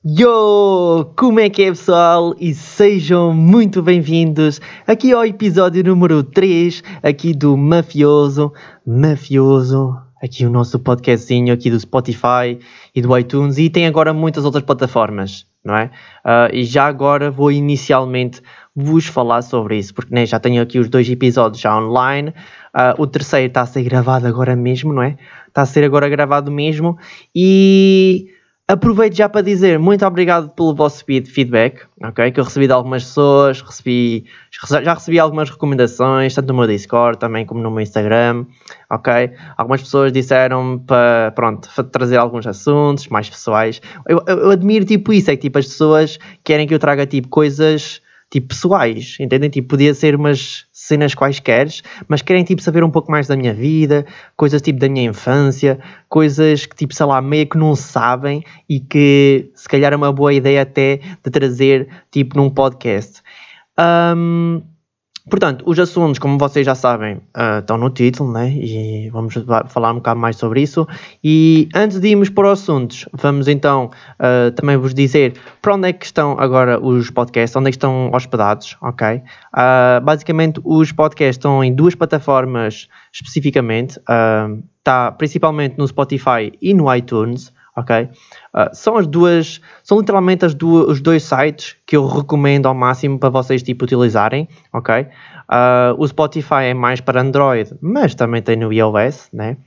Yo! Como é que é, pessoal? E sejam muito bem-vindos aqui ao episódio número 3 aqui do Mafioso, aqui o nosso podcastzinho aqui do Spotify e do iTunes, e tem agora muitas outras plataformas, não é? E já agora vou inicialmente vos falar sobre isso, porque já tenho aqui os 2 episódios já online, o terceiro está a ser gravado agora mesmo, não é? Está a ser agora gravado mesmo, e aproveito já para dizer muito obrigado pelo vosso feedback, ok? Que eu recebi de algumas pessoas, já recebi algumas recomendações, tanto no meu Discord também como no meu Instagram, ok? Algumas pessoas disseram para, trazer alguns assuntos mais pessoais. Eu admiro tipo isso, é que tipo as pessoas querem que eu traga tipo coisas tipo pessoais, entendem? Tipo, podia ser umas cenas quaisquer, mas querem tipo saber um pouco mais da minha vida, coisas tipo da minha infância, coisas que tipo, sei lá, meio que não sabem e que se calhar é uma boa ideia até de trazer tipo num podcast. Portanto, os assuntos, como vocês já sabem, estão no título, né? E vamos falar um bocado mais sobre isso. E antes de irmos para os assuntos, vamos então também vos dizer para onde é que estão agora os podcasts, onde é que estão hospedados, ok? Basicamente, os podcasts estão em 2 plataformas especificamente. Está principalmente no Spotify e no iTunes, ok? São literalmente os 2 sites que eu recomendo ao máximo para vocês tipo utilizarem, ok? O Spotify é mais para Android, mas também tem no iOS, né?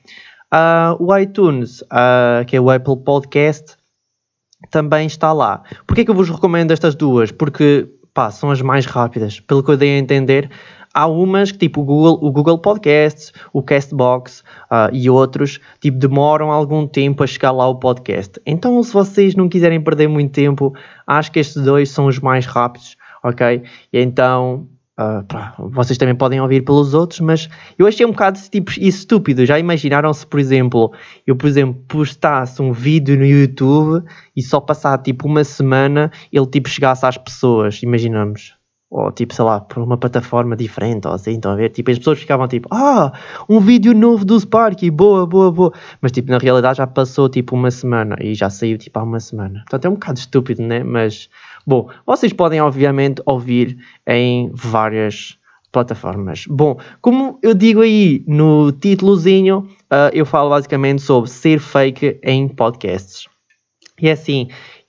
O iTunes, que é o Apple Podcast, também está lá. Porquê que eu vos recomendo estas 2? Porque, são as mais rápidas, pelo que eu dei a entender. Há umas que, tipo o Google Podcasts, o Castbox e outros, tipo, demoram algum tempo a chegar lá ao podcast. Então, se vocês não quiserem perder muito tempo, acho que estes 2 são os mais rápidos, ok? E então, vocês também podem ouvir pelos outros, mas eu achei um bocado tipo, isso estúpido. Já imaginaram se, por exemplo, eu postasse um vídeo no YouTube e só passar tipo uma semana ele tipo chegasse às pessoas, imaginamos. Ou tipo, sei lá, por uma plataforma diferente, ou assim, estão a ver? Tipo, as pessoas ficavam tipo, um vídeo novo do Sparky, boa. Mas tipo, na realidade já passou tipo uma semana e já saiu tipo há uma semana. Portanto é um bocado estúpido, né? Mas, bom, vocês podem obviamente ouvir em várias plataformas. Bom, como eu digo aí no títulozinho, eu falo basicamente sobre ser fake em podcasts. E é assim,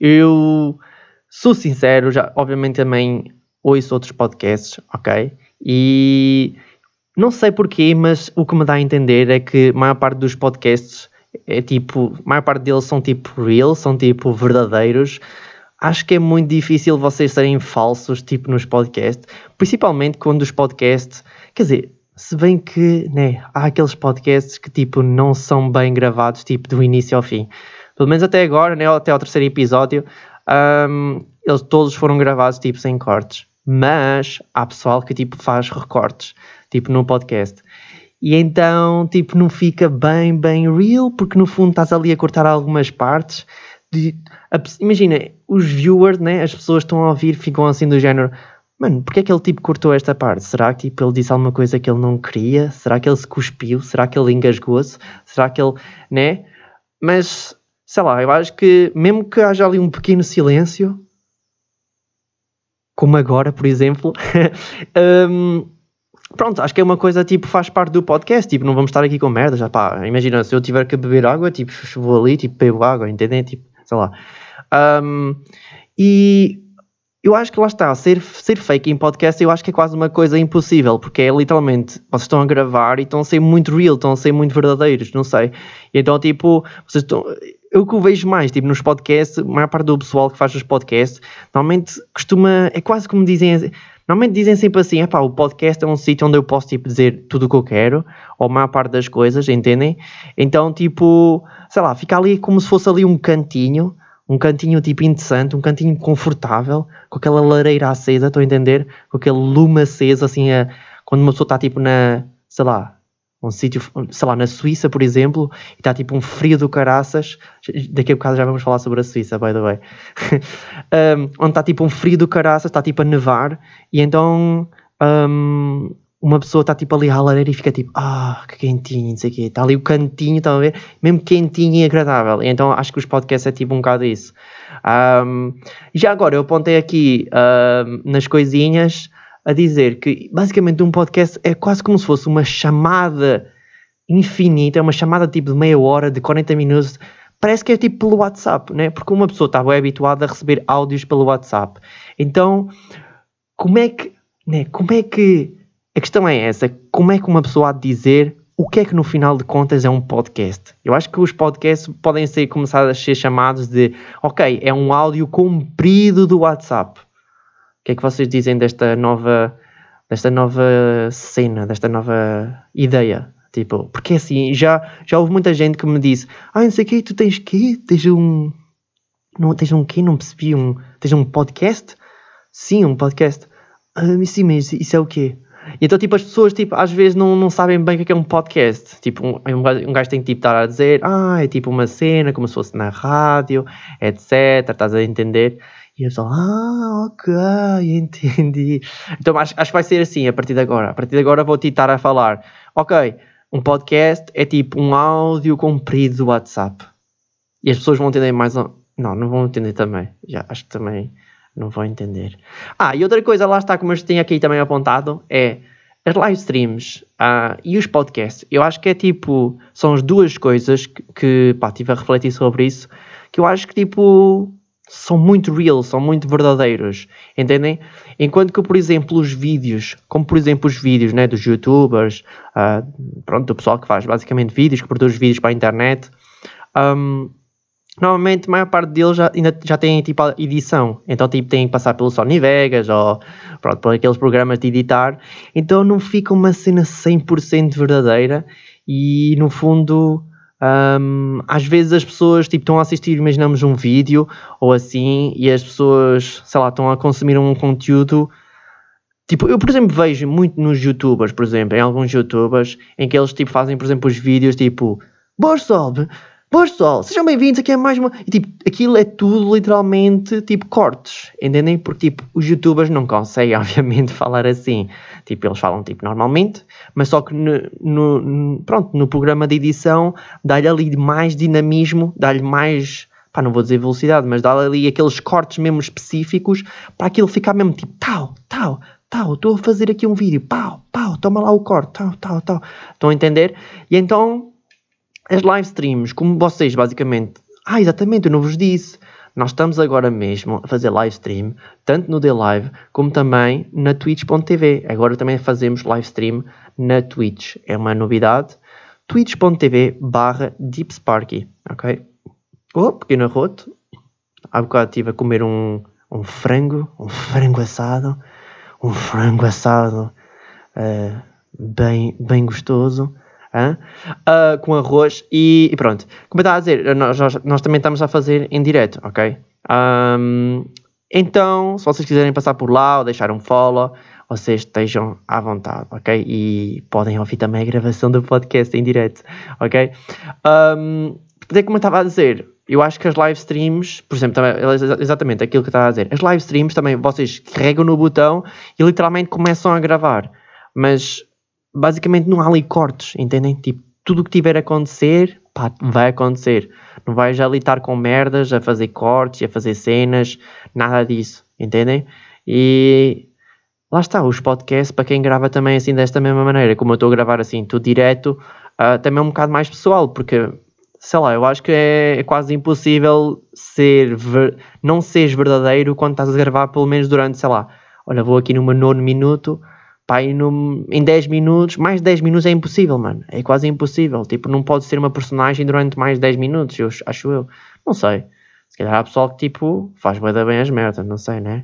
eu sou sincero, já obviamente também ouço outros podcasts, ok? E não sei porquê, mas o que me dá a entender é que a maior parte dos podcasts a maior parte deles são tipo real, são tipo verdadeiros. Acho que é muito difícil vocês serem falsos, tipo, nos podcasts, principalmente quando os podcasts, quer dizer, se bem que, né, há aqueles podcasts que, tipo, não são bem gravados, tipo, do início ao fim. Pelo menos até agora, né, até ao terceiro episódio, eles todos foram gravados, tipo, sem cortes. Mas há pessoal que, tipo, faz recortes, tipo, no podcast. E então, tipo, não fica bem real, porque no fundo estás ali a cortar algumas partes. Imagina, os viewers, né, as pessoas estão a ouvir, ficam assim do género, mano, porque é que ele tipo cortou esta parte? Será que tipo, ele disse alguma coisa que ele não queria? Será que ele se cuspiu? Será que ele engasgou-se? Será que ele, né? Mas, sei lá, eu acho que mesmo que haja ali um pequeno silêncio, como agora, por exemplo, pronto, acho que é uma coisa, tipo, faz parte do podcast, tipo, não vamos estar aqui com merda, já pá, imagina, se eu tiver que beber água, tipo, vou ali, tipo, bebo água, entendem? Tipo, sei lá. E eu acho que lá está, ser fake em podcast eu acho que é quase uma coisa impossível, porque é literalmente, vocês estão a gravar e estão a ser muito real, estão a ser muito verdadeiros, não sei. E então, tipo, vocês estão... Eu que o vejo mais, tipo, nos podcasts, a maior parte do pessoal que faz os podcasts, normalmente é quase como dizem, normalmente dizem sempre assim, o podcast é um sítio onde eu posso, tipo, dizer tudo o que eu quero, ou a maior parte das coisas, entendem? Então, tipo, sei lá, fica ali como se fosse ali um cantinho tipo interessante, um cantinho confortável, com aquela lareira acesa, estou a entender? Com aquele lume aceso, assim, quando uma pessoa está, tipo, sei lá, um sítio, sei lá, na Suíça, por exemplo, e está tipo um frio do caraças. Daqui a bocado já vamos falar sobre a Suíça, by the way. Onde está tipo um frio do caraças, está tipo a nevar, e então uma pessoa está tipo ali à lareira e fica tipo, que quentinho, não sei o quê. Está ali o cantinho, estão a ver? Mesmo quentinho e agradável. Então acho que os podcasts é tipo um bocado isso. Já agora eu apontei aqui nas coisinhas a dizer que basicamente um podcast é quase como se fosse uma chamada infinita, é uma chamada tipo de meia hora, de 40 minutos. Parece que é tipo pelo WhatsApp, né? Porque uma pessoa está bem habituada a receber áudios pelo WhatsApp. Então, como é que a questão é essa, como é que uma pessoa há de dizer o que é que no final de contas é um podcast? Eu acho que os podcasts podem ser começados a ser chamados de, ok, é um áudio comprido do WhatsApp. O que é que vocês dizem desta nova cena, desta nova ideia? Tipo, porque assim, já houve muita gente que me disse, não sei o quê, tu tens quê? Tens um quê? Não percebi, tens um podcast? Sim, um podcast. Sim, mas isso é o quê? E então, tipo, as pessoas, tipo, às vezes não sabem bem o que é um podcast. Tipo, um gajo tem que, tipo, estar a dizer, é tipo uma cena, como se fosse na rádio, etc. Estás a entender? E a pessoa, ok, entendi. Então, acho que vai ser assim, a partir de agora. A partir de agora vou-te estar a falar, ok, um podcast é tipo um áudio comprido do WhatsApp. E as pessoas vão entender mais... Não vão entender também. Já, acho que também... não vou entender. E outra coisa, lá está, como eu tenho aqui também apontado, é as live streams e os podcasts. Eu acho que é tipo, são as duas coisas que estive a refletir sobre isso, que eu acho que tipo, são muito real, são muito verdadeiros, entendem? Enquanto que, por exemplo, os vídeos, como por exemplo os vídeos, né, dos youtubers, do pessoal que faz basicamente vídeos, que produz vídeos para a internet, normalmente a maior parte deles já têm tipo a edição, então tipo têm que passar pelo Sony Vegas ou por aqueles programas de editar, então não fica uma cena 100% verdadeira e no fundo às vezes as pessoas tipo estão a assistir, imaginamos um vídeo ou assim, e as pessoas, sei lá, estão a consumir um conteúdo. Tipo, eu, por exemplo, vejo muito nos youtubers, por exemplo, em alguns youtubers, em que eles, tipo, fazem, por exemplo, os vídeos, tipo, boa pessoal, sejam bem-vindos, aqui é mais uma... E, tipo, aquilo é tudo, literalmente, tipo, cortes, entendem? Porque, tipo, os youtubers não conseguem, obviamente, falar assim. Tipo, eles falam, tipo, normalmente, mas só que no programa de edição, dá-lhe ali mais dinamismo, dá-lhe mais... não vou dizer velocidade, mas dá-lhe ali aqueles cortes mesmo específicos para aquilo ficar mesmo, tipo, tal, estou a fazer aqui um vídeo, toma lá o corte, tal. Estão a entender? E então, as live streams, como vocês basicamente... exatamente, eu não vos disse. Nós estamos agora mesmo a fazer live stream, tanto no The Live, como também na Twitch.tv. Agora também fazemos live stream na Twitch. É uma novidade. Twitch.tv/DeepSparky, ok? Pequeno arroto. Há bocado estive a comer um frango assado. Um frango assado bem gostoso, com arroz e pronto. Como eu estava a dizer, nós também estamos a fazer em direto, ok? Então, se vocês quiserem passar por lá ou deixar um follow, vocês estejam à vontade, ok? E podem ouvir também a gravação do podcast em direto, ok? Como eu estava a dizer, eu acho que as live streams, por exemplo, também, exatamente aquilo que eu estava a dizer, as live streams também vocês carregam no botão e literalmente começam a gravar, mas basicamente não há ali cortes, entendem? Tipo, tudo o que tiver a acontecer, vai acontecer. Não vais já ali estar com merdas, a fazer cortes, a fazer cenas, nada disso, entendem? E lá está, os podcasts, para quem grava também assim desta mesma maneira, como eu estou a gravar assim, tudo direto, também é um bocado mais pessoal, porque... sei lá, eu acho que é quase impossível não seres verdadeiro quando estás a gravar, pelo menos durante, sei lá, olha, vou aqui no meu 9º minuto, em 10 minutos, mais de 10 minutos é impossível, mano, é quase impossível, tipo, não pode ser uma personagem durante mais de 10 minutos, acho eu, não sei, se calhar há pessoal que, tipo, faz bué da bem as merdas, não sei, né?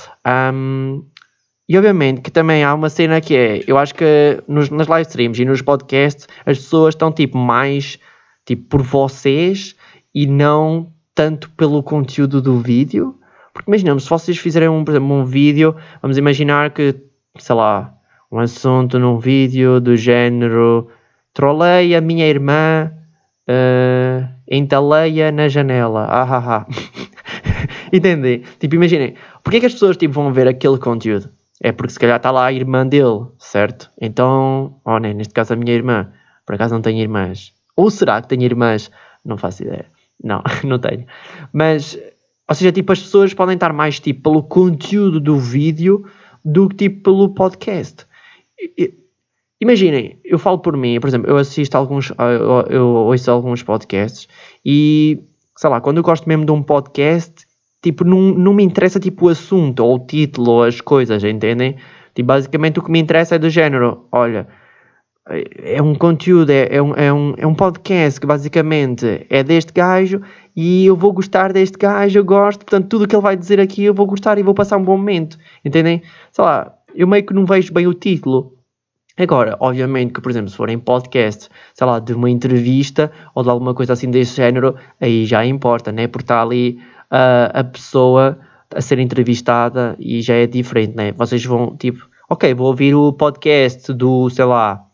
E obviamente que também há uma cena que é, eu acho que nas live streams e nos podcasts, as pessoas estão, tipo, mais... tipo, por vocês e não tanto pelo conteúdo do vídeo. Porque imaginamos, se vocês fizerem, por exemplo, um vídeo, vamos imaginar que, sei lá, um assunto num vídeo do género trolei a minha irmã, entalei-a na janela. Entendem? Tipo, imaginem, porque é que as pessoas tipo, vão ver aquele conteúdo? é porque se calhar está lá a irmã dele, certo? Então, né, neste caso a minha irmã, por acaso não tenho irmãs. Ou será que tenho irmãs? Não faço ideia. Não, não tenho. Mas, ou seja, tipo, as pessoas podem estar mais tipo pelo conteúdo do vídeo do que tipo pelo podcast. Imaginem, eu falo por mim, por exemplo, eu assisto alguns, eu ouço alguns podcasts e, sei lá, quando eu gosto mesmo de um podcast, tipo, não me interessa tipo o assunto, ou o título, ou as coisas, entendem? Tipo, basicamente o que me interessa é do género, olha, é um conteúdo, é um podcast que basicamente é deste gajo e eu vou gostar deste gajo, eu gosto, portanto tudo o que ele vai dizer aqui eu vou gostar e vou passar um bom momento, entendem? Sei lá, eu meio que não vejo bem o título. Agora, obviamente que, por exemplo, se forem podcast, sei lá, de uma entrevista ou de alguma coisa assim desse género, aí já importa, né? Porque está ali a pessoa a ser entrevistada e já é diferente, né? Vocês vão, tipo, ok, vou ouvir o podcast do, sei lá,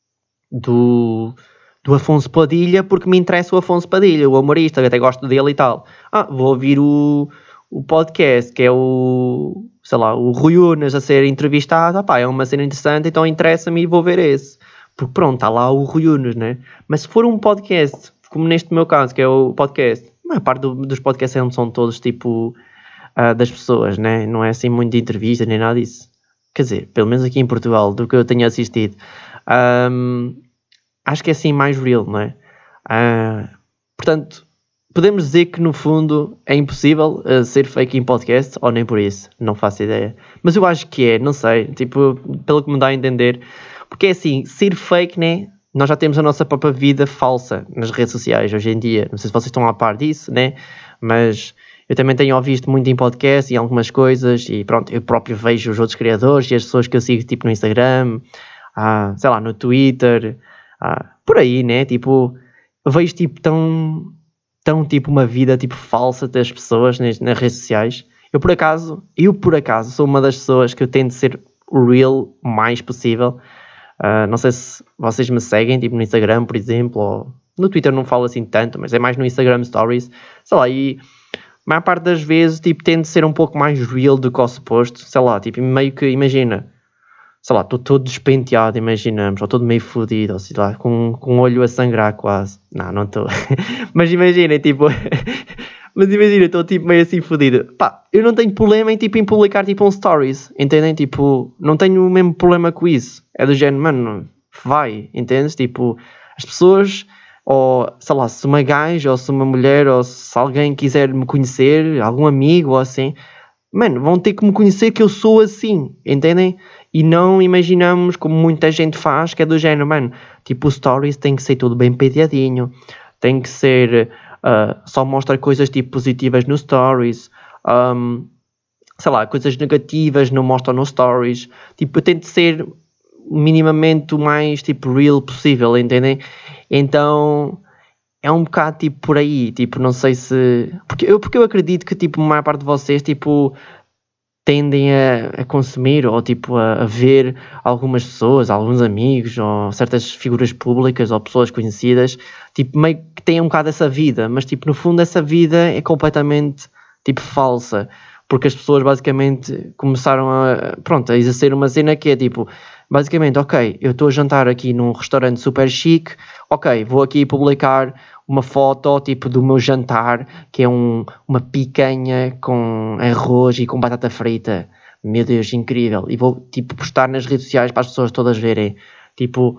do Afonso Padilha porque me interessa o Afonso Padilha, o humorista, que até gosto dele e tal. Vou ouvir o podcast que é o, sei lá, o Rui Unas a ser entrevistado. É uma cena interessante, então interessa-me e vou ver esse. Porque pronto, está lá o Rui Unas, né? Mas se for um podcast, como neste meu caso, que é o podcast, a maior parte dos podcasts são todos tipo das pessoas, né? Não é assim muito de entrevista nem nada disso. Quer dizer, pelo menos aqui em Portugal, do que eu tenho assistido. Acho que é assim mais real, não é? Portanto, podemos dizer que no fundo é impossível ser fake em podcast, ou nem por isso, não faço ideia. Mas eu acho que é, não sei, tipo, pelo que me dá a entender. Porque é assim, ser fake, né? Nós já temos a nossa própria vida falsa nas redes sociais hoje em dia. Não sei se vocês estão a par disso, né? Mas eu também tenho ouvido muito em podcast e algumas coisas, e pronto, eu próprio vejo os outros criadores e as pessoas que eu sigo, tipo, no Instagram, sei lá, no Twitter, por aí, né? Tipo, eu vejo, tipo, tão tipo, uma vida, tipo, falsa das pessoas nas redes sociais. Eu, por acaso, sou uma das pessoas que eu tento ser real o mais possível. Não sei se vocês me seguem, tipo, no Instagram, por exemplo, ou no Twitter não falo assim tanto, mas é mais no Instagram Stories, sei lá, e a maior parte das vezes, tipo, tento ser um pouco mais real do que ao suposto, sei lá, tipo, meio que, imagina, sei lá, estou todo despenteado, imaginamos, ou todo meio fodido, ou sei lá, com o olho a sangrar quase. Não estou. Mas imaginem, tipo, estou tipo meio assim fodido. Eu não tenho problema em, tipo, em publicar tipo um stories, entendem? Tipo, não tenho o mesmo problema com isso. É do género, mano, vai, entendes? Tipo, as pessoas, ou sei lá, se uma gaja, ou se uma mulher, ou se alguém quiser me conhecer, algum amigo ou assim, mano, vão ter que me conhecer que eu sou assim, entendem? E não imaginamos como muita gente faz, que é do género, mano, tipo, o stories tem que ser tudo bem penteadinho, tem que ser, só mostra coisas tipo positivas no stories, sei lá, coisas negativas não mostram no stories, tipo, eu tento ser minimamente o mais, tipo, real possível, entendem? Então, é um bocado, tipo, por aí, tipo, não sei se... Porque eu acredito que, tipo, a maior parte de vocês, tipo, tendem a consumir ou tipo a ver algumas pessoas, alguns amigos ou certas figuras públicas ou pessoas conhecidas, tipo meio que têm um bocado essa vida, mas tipo no fundo essa vida é completamente tipo falsa, porque as pessoas basicamente começaram a exercer uma cena que é tipo, basicamente, ok, eu estou a jantar aqui num restaurante super chique, ok, vou aqui publicar uma foto tipo do meu jantar, que é uma picanha com arroz e com batata frita. Meu Deus, incrível. E vou tipo postar nas redes sociais para as pessoas todas verem. Tipo,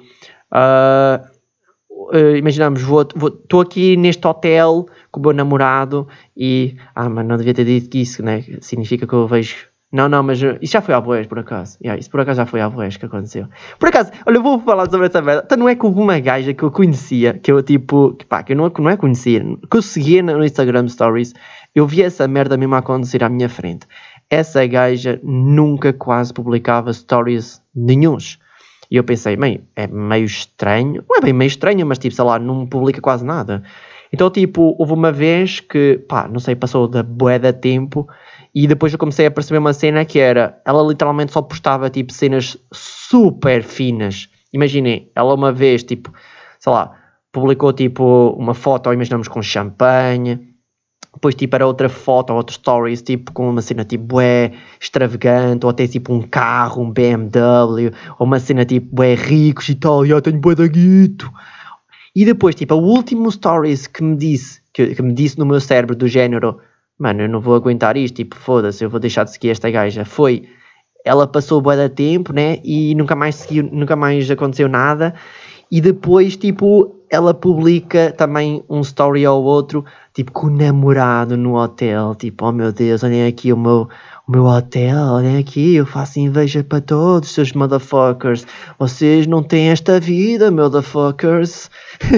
imaginamos, estou aqui neste hotel com o meu namorado e... mas não devia ter dito isso, né? Significa que eu vejo... Não, mas isso já foi à boés, por acaso. Isso por acaso já foi à boés que aconteceu. Por acaso, olha, eu vou falar sobre essa merda. Então não é que houve uma gaja que eu conhecia, que eu tipo, que eu não é conhecia, que eu seguia no Instagram Stories, eu vi essa merda mesmo a acontecer à minha frente. Essa gaja nunca quase publicava stories nenhuns. E eu pensei, é meio estranho, não é bem meio estranho, mas tipo, sei lá, não publica quase nada. Então tipo, houve uma vez que, não sei, passou da bué da tempo. E depois eu comecei a perceber uma cena que era, ela literalmente só postava tipo cenas super finas. Imaginem, ela uma vez tipo, sei lá, publicou tipo uma foto, imaginamos com champanhe, depois tipo era outra foto, ou outro stories, tipo com uma cena tipo bué extravagante, ou até tipo um carro, um BMW, ou uma cena tipo bué ricos e tal, e eu tenho bué da guito. E depois tipo o último stories que me disse, que me disse no meu cérebro do género, mano, eu não vou aguentar isto, tipo foda-se, eu vou deixar de seguir esta gaja, foi, ela passou bué de tempo, né, e nunca mais seguiu, nunca mais aconteceu nada, e depois tipo ela publica também um story ao outro, tipo com o namorado no hotel, tipo, oh meu Deus, olhem aqui o meu hotel, olhem aqui, eu faço inveja para todos, seus motherfuckers, vocês não têm esta vida, motherfuckers.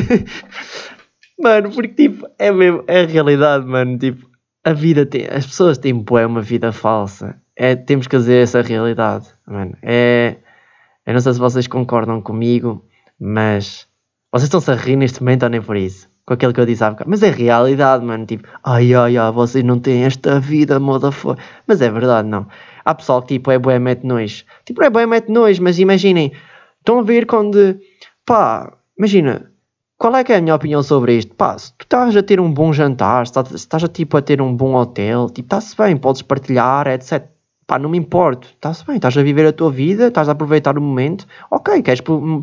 Mano, porque tipo, é mesmo, é a realidade, mano, tipo, a vida tem, as pessoas têm bué uma vida falsa, temos que fazer essa realidade, mano, eu não sei se vocês concordam comigo, mas vocês estão-se a rir neste momento ou nem por isso? Com aquilo que eu disse há bocado. Mas é realidade, mano. Tipo, ai, vocês não têm esta vida, motherfucker. Mas é verdade, não. Há pessoal que, tipo, é bué mete nojo. Tipo, é bué mete nojo, mas imaginem. Estão a ver quando... Pá, imagina. Qual é que é a minha opinião sobre isto? Pá, se tu estás a ter um bom jantar, se estás a, tipo, a ter um bom hotel, tipo, está-se bem, podes partilhar, etc. Pá, não me importo, está-se bem, estás a viver a tua vida, estás a aproveitar o momento, ok, queres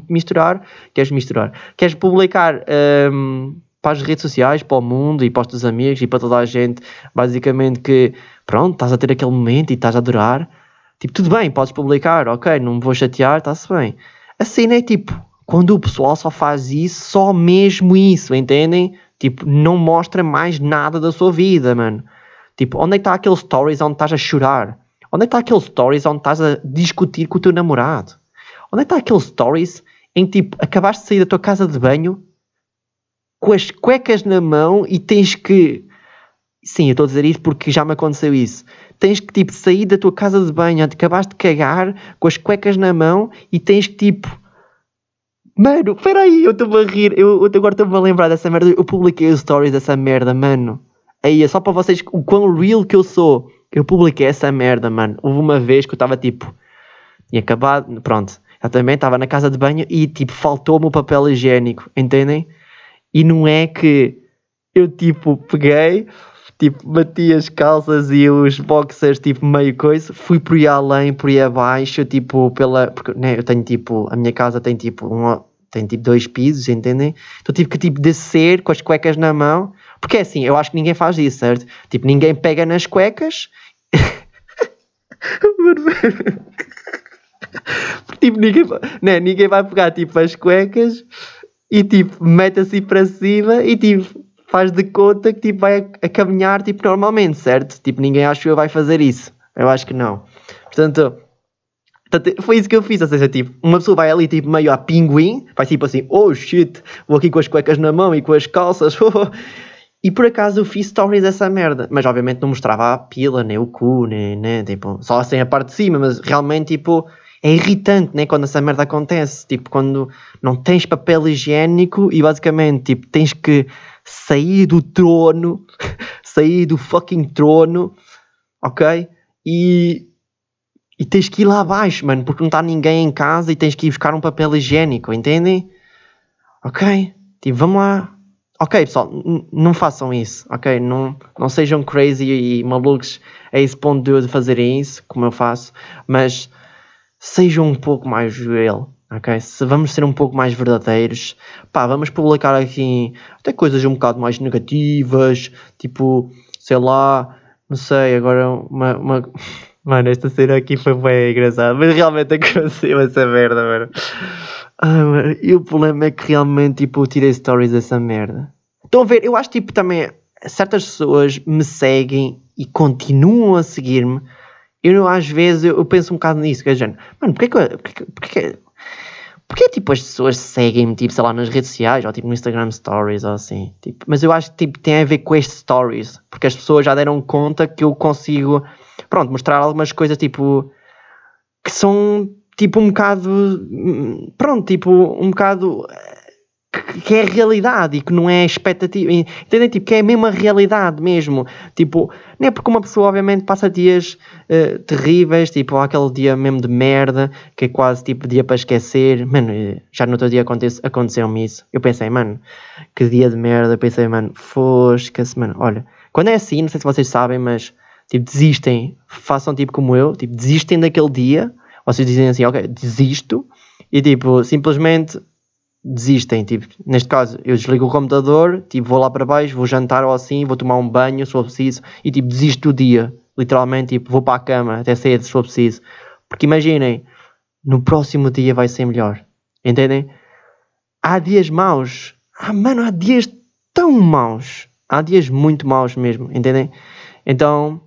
publicar para as redes sociais, para o mundo e para os teus amigos e para toda a gente, basicamente que, pronto, estás a ter aquele momento e estás a adorar, tipo, tudo bem, podes publicar, ok, não me vou chatear, está-se bem. A cena é tipo, quando o pessoal só faz isso, só mesmo isso, entendem? Tipo, não mostra mais nada da sua vida, mano. Tipo, onde é que está aqueles stories onde estás a chorar? Onde é que está aqueles stories onde estás a discutir com o teu namorado? Onde é que está aqueles stories em que tipo, acabaste de sair da tua casa de banho com as cuecas na mão e tens que... Sim, eu estou a dizer isso porque já me aconteceu isso. Tens que tipo sair da tua casa de banho, acabaste de cagar com as cuecas na mão e tens que tipo... Mano, espera aí, eu estou-me a rir. Eu agora estou-me a lembrar dessa merda. Eu publiquei os stories dessa merda, mano. Aí, é só para vocês o quão real que eu sou. Eu publiquei essa merda, mano. Houve uma vez que eu estava tipo... Tinha acabado... Pronto. Eu também estava na casa de banho e tipo faltou-me o papel higiênico. Entendem? E não é que eu tipo peguei... Tipo, bati as calças e os boxers, tipo, meio coisa. Fui por aí além, por aí abaixo, tipo, pela... Porque, né, eu tenho, tipo... A minha casa tem, tipo, tem, tipo, 2 pisos, entendem? Então tive que, tipo, descer com as cuecas na mão. Porque, é assim, eu acho que ninguém faz isso, certo? Tipo, ninguém pega nas cuecas... Porque, tipo, ninguém vai pegar, tipo, as cuecas e, tipo, mete assim para cima e, tipo... faz de conta que tipo, vai a caminhar tipo, normalmente, certo? Tipo, ninguém acho que vai fazer isso. Eu acho que não. Portanto, foi isso que eu fiz. Ou seja, tipo, uma pessoa vai ali tipo, meio a pinguim, vai tipo assim, oh shit, vou aqui com as cuecas na mão e com as calças. E por acaso eu fiz stories dessa merda. Mas obviamente não mostrava a pila, nem o cu, nem, né? Tipo, só assim a parte de cima, mas realmente tipo... É irritante, né, quando essa merda acontece. Tipo, quando não tens papel higiênico e basicamente, tipo, tens que sair do trono, sair do fucking trono, ok? E tens que ir lá abaixo, mano, porque não está ninguém em casa e tens que ir buscar um papel higiênico, entendem? Ok? Tipo, vamos lá. Ok, pessoal, não façam isso, ok? Não sejam crazy e malucos a esse ponto de fazerem isso, como eu faço, mas... sejam um pouco mais real, ok? Se vamos ser um pouco mais verdadeiros, pá, vamos publicar aqui até coisas um bocado mais negativas, tipo, sei lá, não sei, agora uma... Mano, esta cena aqui foi bem engraçada, mas realmente aconteceu essa merda, mano. Mano. E o problema é que realmente, tipo, eu tirei stories dessa merda. Estão a ver, eu acho, tipo, também, certas pessoas me seguem e continuam a seguir-me. Eu às vezes eu penso um bocado nisso, que é género, mano, porque tipo as pessoas seguem-me, tipo, sei lá, nas redes sociais, ou tipo no Instagram Stories, ou assim, tipo, mas eu acho que tipo, tem a ver com estes Stories, porque as pessoas já deram conta que eu consigo, pronto, mostrar algumas coisas, tipo, que são, tipo, um bocado, pronto, tipo, um bocado... que é a realidade e que não é expectativa, entendem? Tipo, que é a mesma realidade mesmo, tipo, não é porque uma pessoa obviamente passa dias terríveis, tipo, aquele dia mesmo de merda, que é quase tipo dia para esquecer, mano, já no outro dia aconteceu-me isso, eu pensei, mano, que dia de merda, pensei, mano, fosca-se, mano, olha, Quando é assim, não sei se vocês sabem, mas tipo, desistem, façam tipo como eu, tipo, desistem daquele dia, vocês dizem assim, ok, desisto, e tipo, simplesmente desistem, tipo, neste caso, eu desligo o computador, tipo, vou lá para baixo, vou jantar ou assim, vou tomar um banho se for preciso, e tipo, desisto do dia, literalmente, tipo, vou para a cama até cedo se for preciso, porque imaginem, no próximo dia vai ser melhor, entendem? Há dias maus, mano, há dias tão maus, há dias muito maus mesmo, entendem? Então,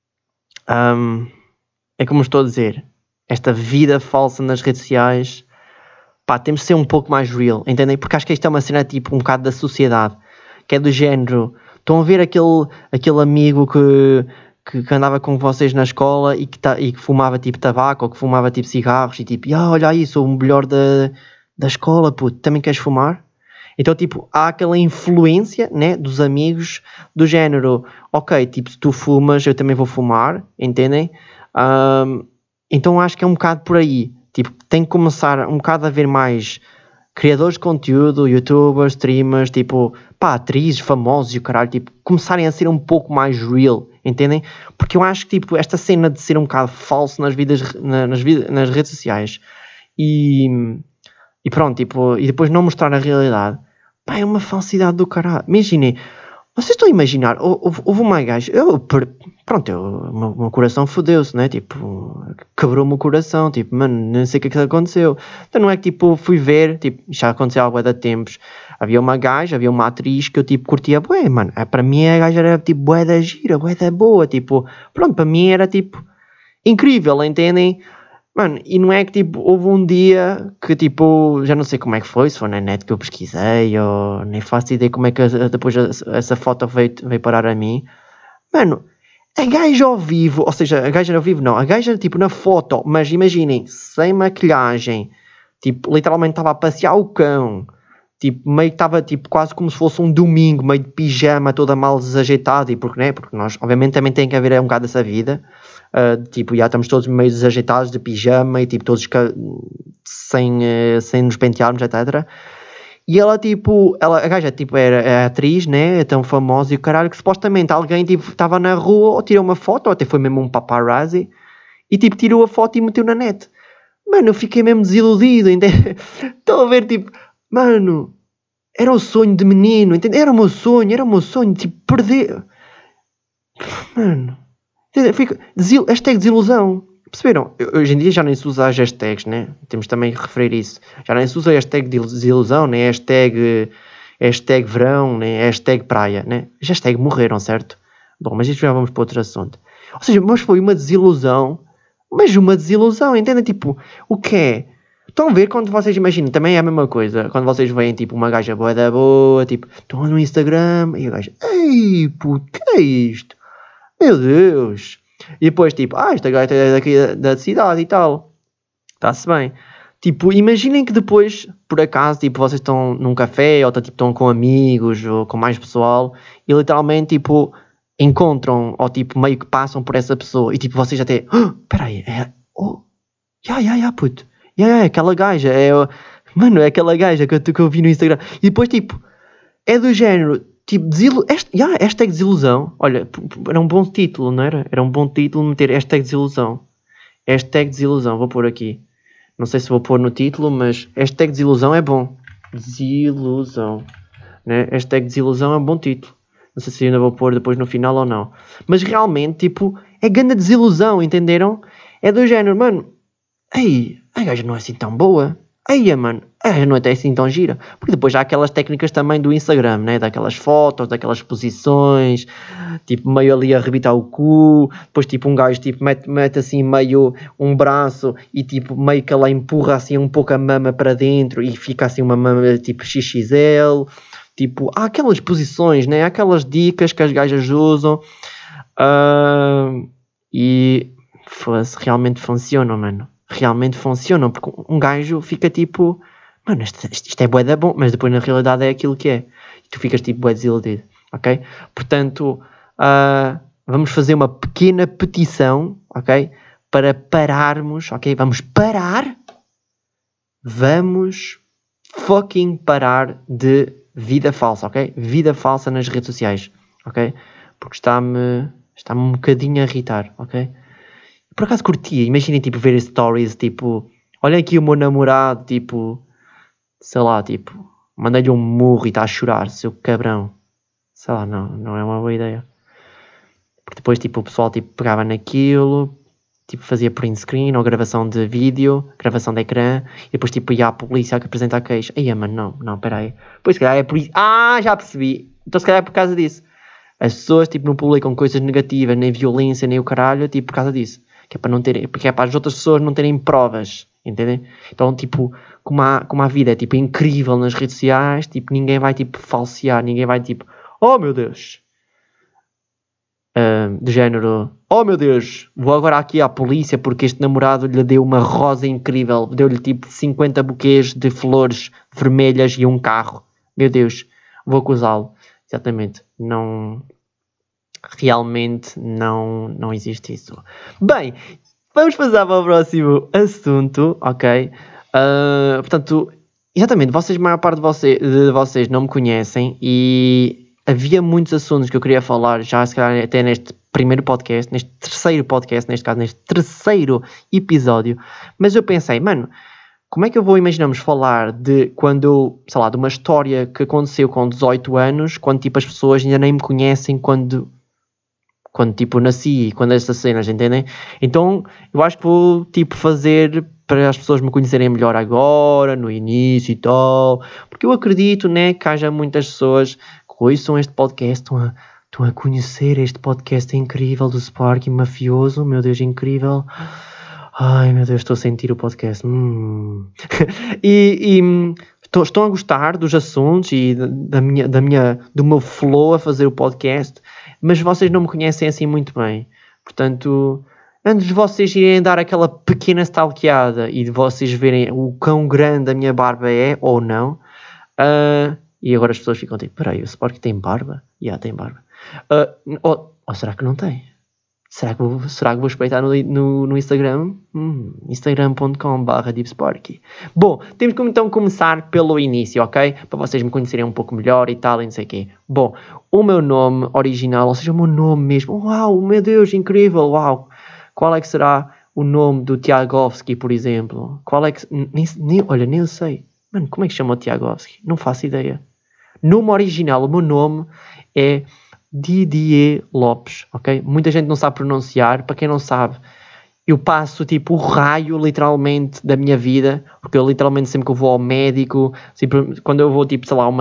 é como estou a dizer, esta vida falsa nas redes sociais, pá, temos de ser um pouco mais real, entendem? Porque acho que isto é uma cena tipo um bocado da sociedade, que é do género, estão a ver aquele amigo que andava com vocês na escola e que fumava tipo tabaco ou que fumava tipo cigarros e tipo, olha aí, sou o melhor da escola, puto, também queres fumar? Então, tipo, há aquela influência, né, dos amigos do género, ok, tipo, se tu fumas, eu também vou fumar, entendem? Então acho que é um bocado por aí. Tipo, tem que começar um bocado a haver mais criadores de conteúdo, youtubers, streamers, tipo, pá, atrizes, famosos e o caralho, tipo, começarem a ser um pouco mais real, entendem? Porque eu acho que, tipo, esta cena de ser um bocado falso nas redes sociais e pronto, tipo, e depois não mostrar a realidade, pá, é uma falsidade do caralho. Imaginem, vocês estão a imaginar, houve uma gaja, pronto, o meu coração fodeu-se, né? Tipo, quebrou-me o coração, tipo, mano, não sei o que é que aconteceu. Então não é que tipo, fui ver, tipo, já aconteceu há bué de tempos. Havia uma gaja, havia uma atriz que eu tipo curtia bué, mano. Para mim a gaja era tipo bué da gira, bué da boa, tipo, pronto, para mim era tipo incrível, entendem? Mano, e não é que tipo, houve um dia que tipo, já não sei como é que foi, se foi na net que eu pesquisei, ou nem faço ideia como é que depois essa foto veio parar a mim. Mano, a gaja ao vivo, ou seja, a gaja ao vivo não, a gaja tipo na foto, mas imaginem, sem maquilhagem, tipo, literalmente estava a passear o cão, tipo, meio que estava tipo quase como se fosse um domingo, meio de pijama, toda mal desajeitado, e porque, né, porque nós, obviamente, também tem que haver um bocado dessa vida. Tipo, já estamos todos meio desajeitados de pijama e tipo todos sem nos pentearmos, etc. E ela tipo, a gaja tipo era atriz, né, tão famosa e o caralho que supostamente alguém tipo estava na rua ou tirou uma foto, ou até foi mesmo um paparazzi e tipo tirou a foto e meteu na net. Mano, eu fiquei mesmo desiludido, entende? Estão a ver tipo, mano, era o sonho de menino, entende? Era o meu sonho, tipo, perder. Mano, hashtag desilusão. Perceberam? Hoje em dia já nem se usa as hashtags, né? Temos também que referir isso. Já nem se usa hashtag desilusão, nem hashtag verão, nem hashtag praia, né? As hashtags morreram, certo? Bom, mas isto já vamos para outro assunto. Ou seja, mas foi uma desilusão, entendem? Tipo, o que é? Estão a ver quando vocês imaginam, também é a mesma coisa. Quando vocês veem tipo uma gaja boa da boa, tipo, estão no Instagram e a gaja, ei, puto, que é isto? Meu Deus! E depois, tipo, esta gaita é daqui da cidade e tal. Está-se bem. Tipo, imaginem que depois, por acaso, tipo, vocês estão num café ou tipo, estão com amigos ou com mais pessoal e literalmente, tipo, encontram ou tipo, meio que passam por essa pessoa e tipo, vocês até, espera aí, puto. Aquela gaja, mano, é aquela gaja que eu vi no Instagram. E depois, tipo, é do género, tipo, hashtag desilusão. Olha, era um bom título, não era? Era um bom título meter hashtag desilusão. Hashtag desilusão, vou pôr aqui. Não sei se vou pôr no título, mas hashtag desilusão é bom. Desilusão. Né? Hashtag desilusão é um bom título. Não sei se ainda vou pôr depois no final ou não. Mas realmente, tipo, é grande desilusão, entenderam? É do género, mano, ei, a gaja não é assim tão boa. Ei, mano, a gaja não é assim tão gira. Porque depois há aquelas técnicas também do Instagram, né? Daquelas fotos, daquelas posições, tipo, meio ali a arrebitar o cu. Depois, tipo, um gajo tipo, mete assim meio um braço e, tipo, meio que ela empurra assim um pouco a mama para dentro e fica assim uma mama tipo XXL. Tipo, há aquelas posições, né? Há aquelas dicas que as gajas usam. E realmente funcionam, mano. Realmente funcionam, porque um gajo fica tipo, mano, isto é bué da bom, mas depois na realidade é aquilo que é. E tu ficas tipo bué desiludido, ok? Portanto, vamos fazer uma pequena petição, ok? Para pararmos, ok? Vamos parar. Vamos fucking parar de vida falsa, ok? Vida falsa nas redes sociais, ok? porque está-me um bocadinho a irritar, ok? Por acaso curtia, imaginem, tipo, ver stories, tipo, olha aqui o meu namorado, tipo, sei lá, tipo, mandei-lhe um murro e está a chorar, seu cabrão. Sei lá, não é uma boa ideia. Porque depois, tipo, o pessoal, tipo, pegava naquilo, tipo, fazia print screen ou gravação de vídeo, gravação de ecrã, e depois, tipo, ia à polícia a apresentar queixa. Aí, mano, não, peraí. Pois, se calhar é por isso. Ah, já percebi. Então, se calhar é por causa disso. As pessoas, tipo, não publicam coisas negativas, nem violência, nem o caralho, tipo, por causa disso. Que é para não terem, porque é para as outras pessoas não terem provas, entendem? Então, tipo, como a vida é, tipo, incrível nas redes sociais, tipo, ninguém vai, tipo, falsear, ninguém vai, tipo, oh, meu Deus, do género, oh, meu Deus, vou agora aqui à polícia porque este namorado lhe deu uma rosa incrível, deu-lhe, tipo, 50 buquês de flores vermelhas e um carro. Meu Deus, vou acusá-lo. Exatamente, não... Realmente não existe isso. Bem, vamos passar para o próximo assunto, ok? Portanto, exatamente, a maior parte de vocês não me conhecem e havia muitos assuntos que eu queria falar já, se calhar, até neste primeiro podcast, neste terceiro podcast, neste caso, neste terceiro episódio, mas eu pensei, mano, como é que eu vou, imaginamos, falar de quando, sei lá, de uma história que aconteceu com 18 anos, quando, tipo, as pessoas ainda nem me conhecem quando tipo nasci, quando estas cenas, entendem? Então eu acho que vou tipo fazer para as pessoas me conhecerem melhor agora, no início e tal, porque eu acredito, né, que haja muitas pessoas que ouçam este podcast, estão a conhecer este podcast incrível do Sparky Mafioso, meu Deus, incrível. Ai meu Deus, estou a sentir o podcast. Estão a gostar dos assuntos e do meu flow a fazer o podcast, mas vocês não me conhecem assim muito bem. Portanto, antes de vocês irem dar aquela pequena stalkeada e de vocês verem o quão grande a minha barba é ou não, e agora as pessoas ficam tipo, peraí, o Sparky tem barba? Tem barba. Ou será que não tem? Será que vou espreitar no Instagram? Instagram.com/deepsparky. Bom, temos que então começar pelo início, ok? Para vocês me conhecerem um pouco melhor e tal, e não sei o quê. Bom, o meu nome original, ou seja, o meu nome mesmo. Uau, meu Deus, incrível, uau. Qual é que será o nome do Tiagovski, por exemplo? Qual é que... Olha, nem eu sei. Mano, como é que chama o Tiagovski? Não faço ideia. Nome original, o meu nome é... Didier Lopes, ok? Muita gente não sabe pronunciar, para quem não sabe, eu passo tipo o raio literalmente da minha vida, porque eu literalmente sempre que eu vou ao médico, sempre, quando eu vou tipo, sei lá,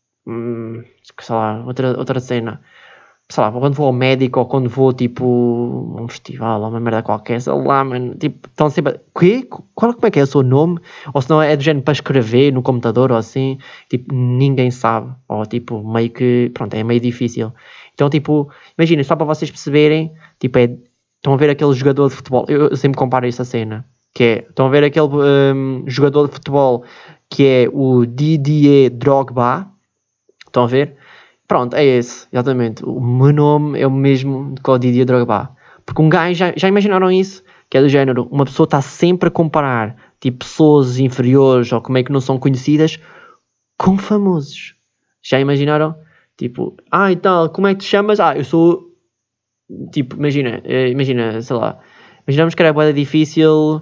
sei lá, outra cena, sei lá, quando vou ao médico ou quando vou tipo a um festival ou uma merda qualquer, sei lá, mano, tipo, estão sempre, quê? Como é que é o seu nome? Ou se não é do género para escrever no computador ou assim, tipo, ninguém sabe, ou tipo, meio que, pronto, é meio difícil. Então, tipo, imagina, só para vocês perceberem, tipo, estão a ver aquele jogador de futebol, eu sempre comparo essa cena, que é, estão a ver aquele jogador de futebol que é o Didier Drogba, estão a ver? Pronto, é esse, exatamente. O meu nome é o mesmo que o Didier Drogba. Porque um gajo, já imaginaram isso? Que é do género, uma pessoa está sempre a comparar, tipo, pessoas inferiores ou como é que não são conhecidas com famosos. Já imaginaram? Tipo, e tal, como é que te chamas? Eu sou, tipo, imagina, sei lá, imaginamos que era bué difícil,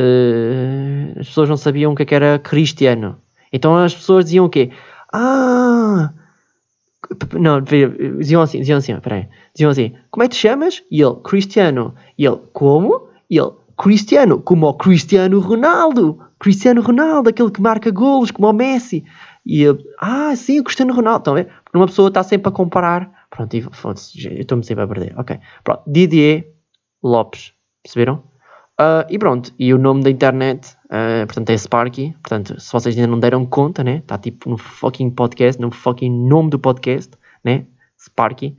as pessoas não sabiam o que era Cristiano. Então as pessoas diziam o quê? Não, diziam assim, peraí. Diziam assim, como é que te chamas? E ele, Cristiano. E ele, como? E ele, Cristiano, como o Cristiano Ronaldo. Cristiano Ronaldo, aquele que marca golos, como o Messi. E ele, sim, o Cristiano Ronaldo. Estão a ver? Porque uma pessoa está sempre a comparar. Pronto, e foda-se, eu estou-me sempre a perder. Ok, pronto. Didier Lopes. Perceberam? E pronto, e o nome da internet, portanto, é Sparky. Portanto, se vocês ainda não deram conta, né? Está tipo no fucking podcast, no fucking nome do podcast, né? Sparky.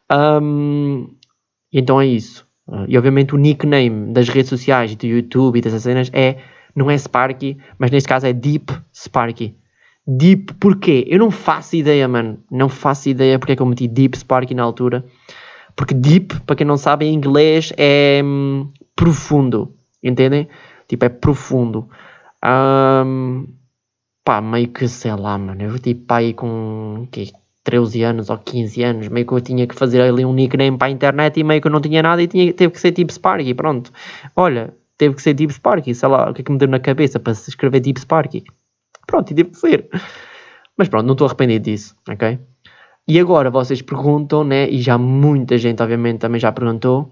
E então é isso. E obviamente o nickname das redes sociais, do YouTube e dessas cenas não é Sparky, mas neste caso é Deep Sparky. Deep porquê? Eu não faço ideia, mano. Não faço ideia porque é que eu meti Deep Sparky na altura. Porque deep, para quem não sabe, em inglês é profundo, entendem? Tipo, é profundo. Meio que, sei lá, mano, eu tipo aí com, 13 anos ou 15 anos, meio que eu tinha que fazer ali um nickname para a internet e meio que eu não tinha nada e teve que ser Deep Sparky, pronto. Olha, teve que ser Deep Sparky, sei lá, o que é que me deu na cabeça para se escrever Deep Sparky. Pronto, e teve que ser. Mas pronto, não estou arrependido disso, ok? E agora vocês perguntam, né, e já muita gente obviamente também já perguntou,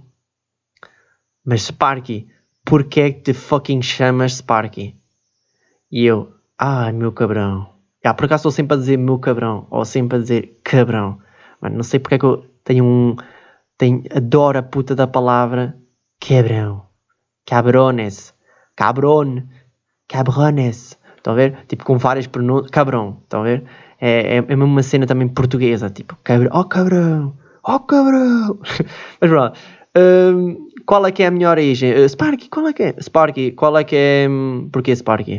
mas Sparky, porquê é que te fucking chamas Sparky? E eu, meu cabrão. Por acaso estou sempre a dizer meu cabrão, ou sempre a dizer cabrão. Mano, não sei porque é que eu adoro a puta da palavra cabrão. Cabrones. Cabron. Cabrones. Estão a ver? Tipo, com várias pronúncias. Cabrão. Estão a ver? É mesmo uma cena também portuguesa. Tipo, cabrão. Oh, cabrão. Oh, cabrão. Mas pronto. Qual é que é a minha origem? Sparky, qual é que é? Sparky, qual é que é... Porquê Sparky?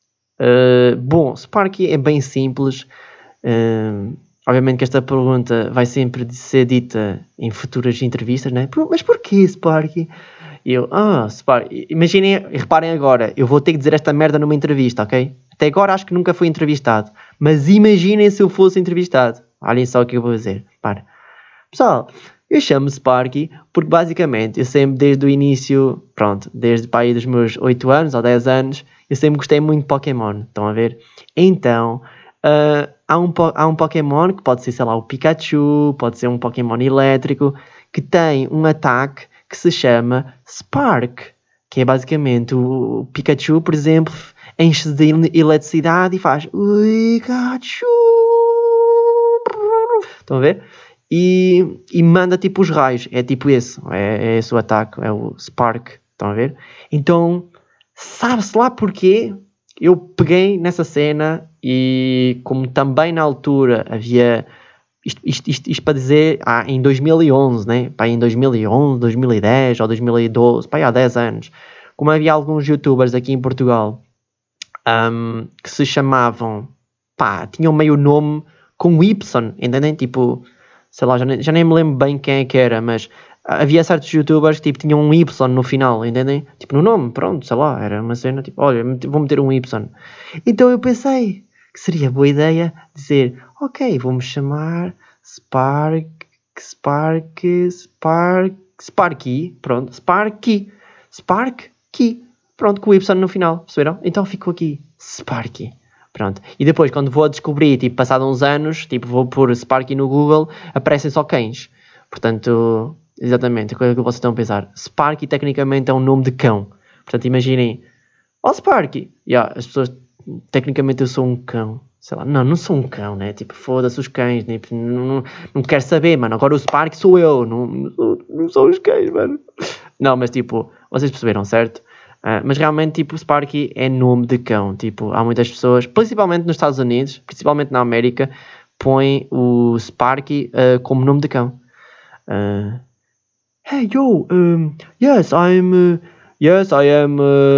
Bom, Sparky é bem simples. Obviamente que esta pergunta vai sempre ser dita em futuras entrevistas, né? Mas porquê Sparky? E eu, Sparky. Imaginem, reparem agora, eu vou ter que dizer esta merda numa entrevista, ok? Até agora acho que nunca fui entrevistado. Mas imaginem se eu fosse entrevistado. Olhem só o que eu vou dizer. Para. Pessoal, eu chamo Sparky porque basicamente eu sempre desde o início, pronto, desde para aí dos meus 8 anos ou 10 anos, eu sempre gostei muito de Pokémon, estão a ver? Então, há um Pokémon que pode ser, sei lá, o Pikachu, pode ser um Pokémon elétrico, que tem um ataque que se chama Spark, que é basicamente o Pikachu, por exemplo, enche-se de eletricidade e faz Pikachu. Estão a ver? E manda tipo os raios, é tipo esse, é esse o ataque, é o Spark, estão a ver? Então, sabe-se lá porquê eu peguei nessa cena e como também na altura havia, isto para dizer, em 2011, né? Pá, em 2011, 2010 ou 2012, pá, há 10 anos, como havia alguns youtubers aqui em Portugal que se chamavam, pá, tinham meio nome com Y, entendem? Tipo, sei lá, já nem me lembro bem quem é que era, mas havia certos youtubers que tipo, tinham um Y no final, entendem? Tipo, no nome, pronto, sei lá, era uma cena, tipo, olha, vou meter um Y. Então eu pensei que seria boa ideia dizer, ok, vou-me chamar Sparky, pronto, Sparky, pronto, com o Y no final, perceberam? Então ficou aqui, Sparky. Pronto. E depois, quando vou a descobrir, tipo, passado uns anos, tipo, vou pôr Sparky no Google, aparecem só cães. Portanto, exatamente, a coisa que vocês estão a pensar. Sparky, tecnicamente, é um nome de cão. Portanto, imaginem, Sparky. As pessoas, tecnicamente, eu sou um cão. Sei lá, não sou um cão, né? Tipo, foda-se os cães, né? Não quero saber, mano. Agora o Sparky sou eu, não sou os cães, mano. Não, mas tipo, vocês perceberam, certo? Mas realmente, tipo, Sparky é nome de cão. Tipo, há muitas pessoas, principalmente nos Estados Unidos, principalmente na América, põem o Sparky como nome de cão. Hey, yo, yes, I am,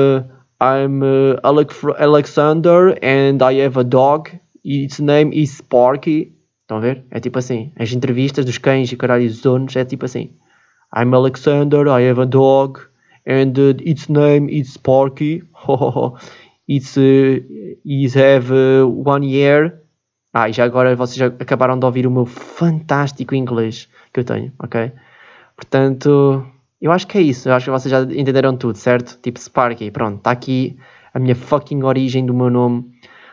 Alexander and I have a dog. Its name is Sparky. Estão a ver? É tipo assim. As entrevistas dos cães e caralho dos donos é tipo assim. I'm Alexander, I have a dog. And its name is Sparky. It's have 1 year. E já agora vocês já acabaram de ouvir o meu fantástico inglês que eu tenho, ok? Portanto, eu acho que é isso. Eu acho que vocês já entenderam tudo, certo? Tipo Sparky, pronto. Está aqui a minha fucking origem do meu nome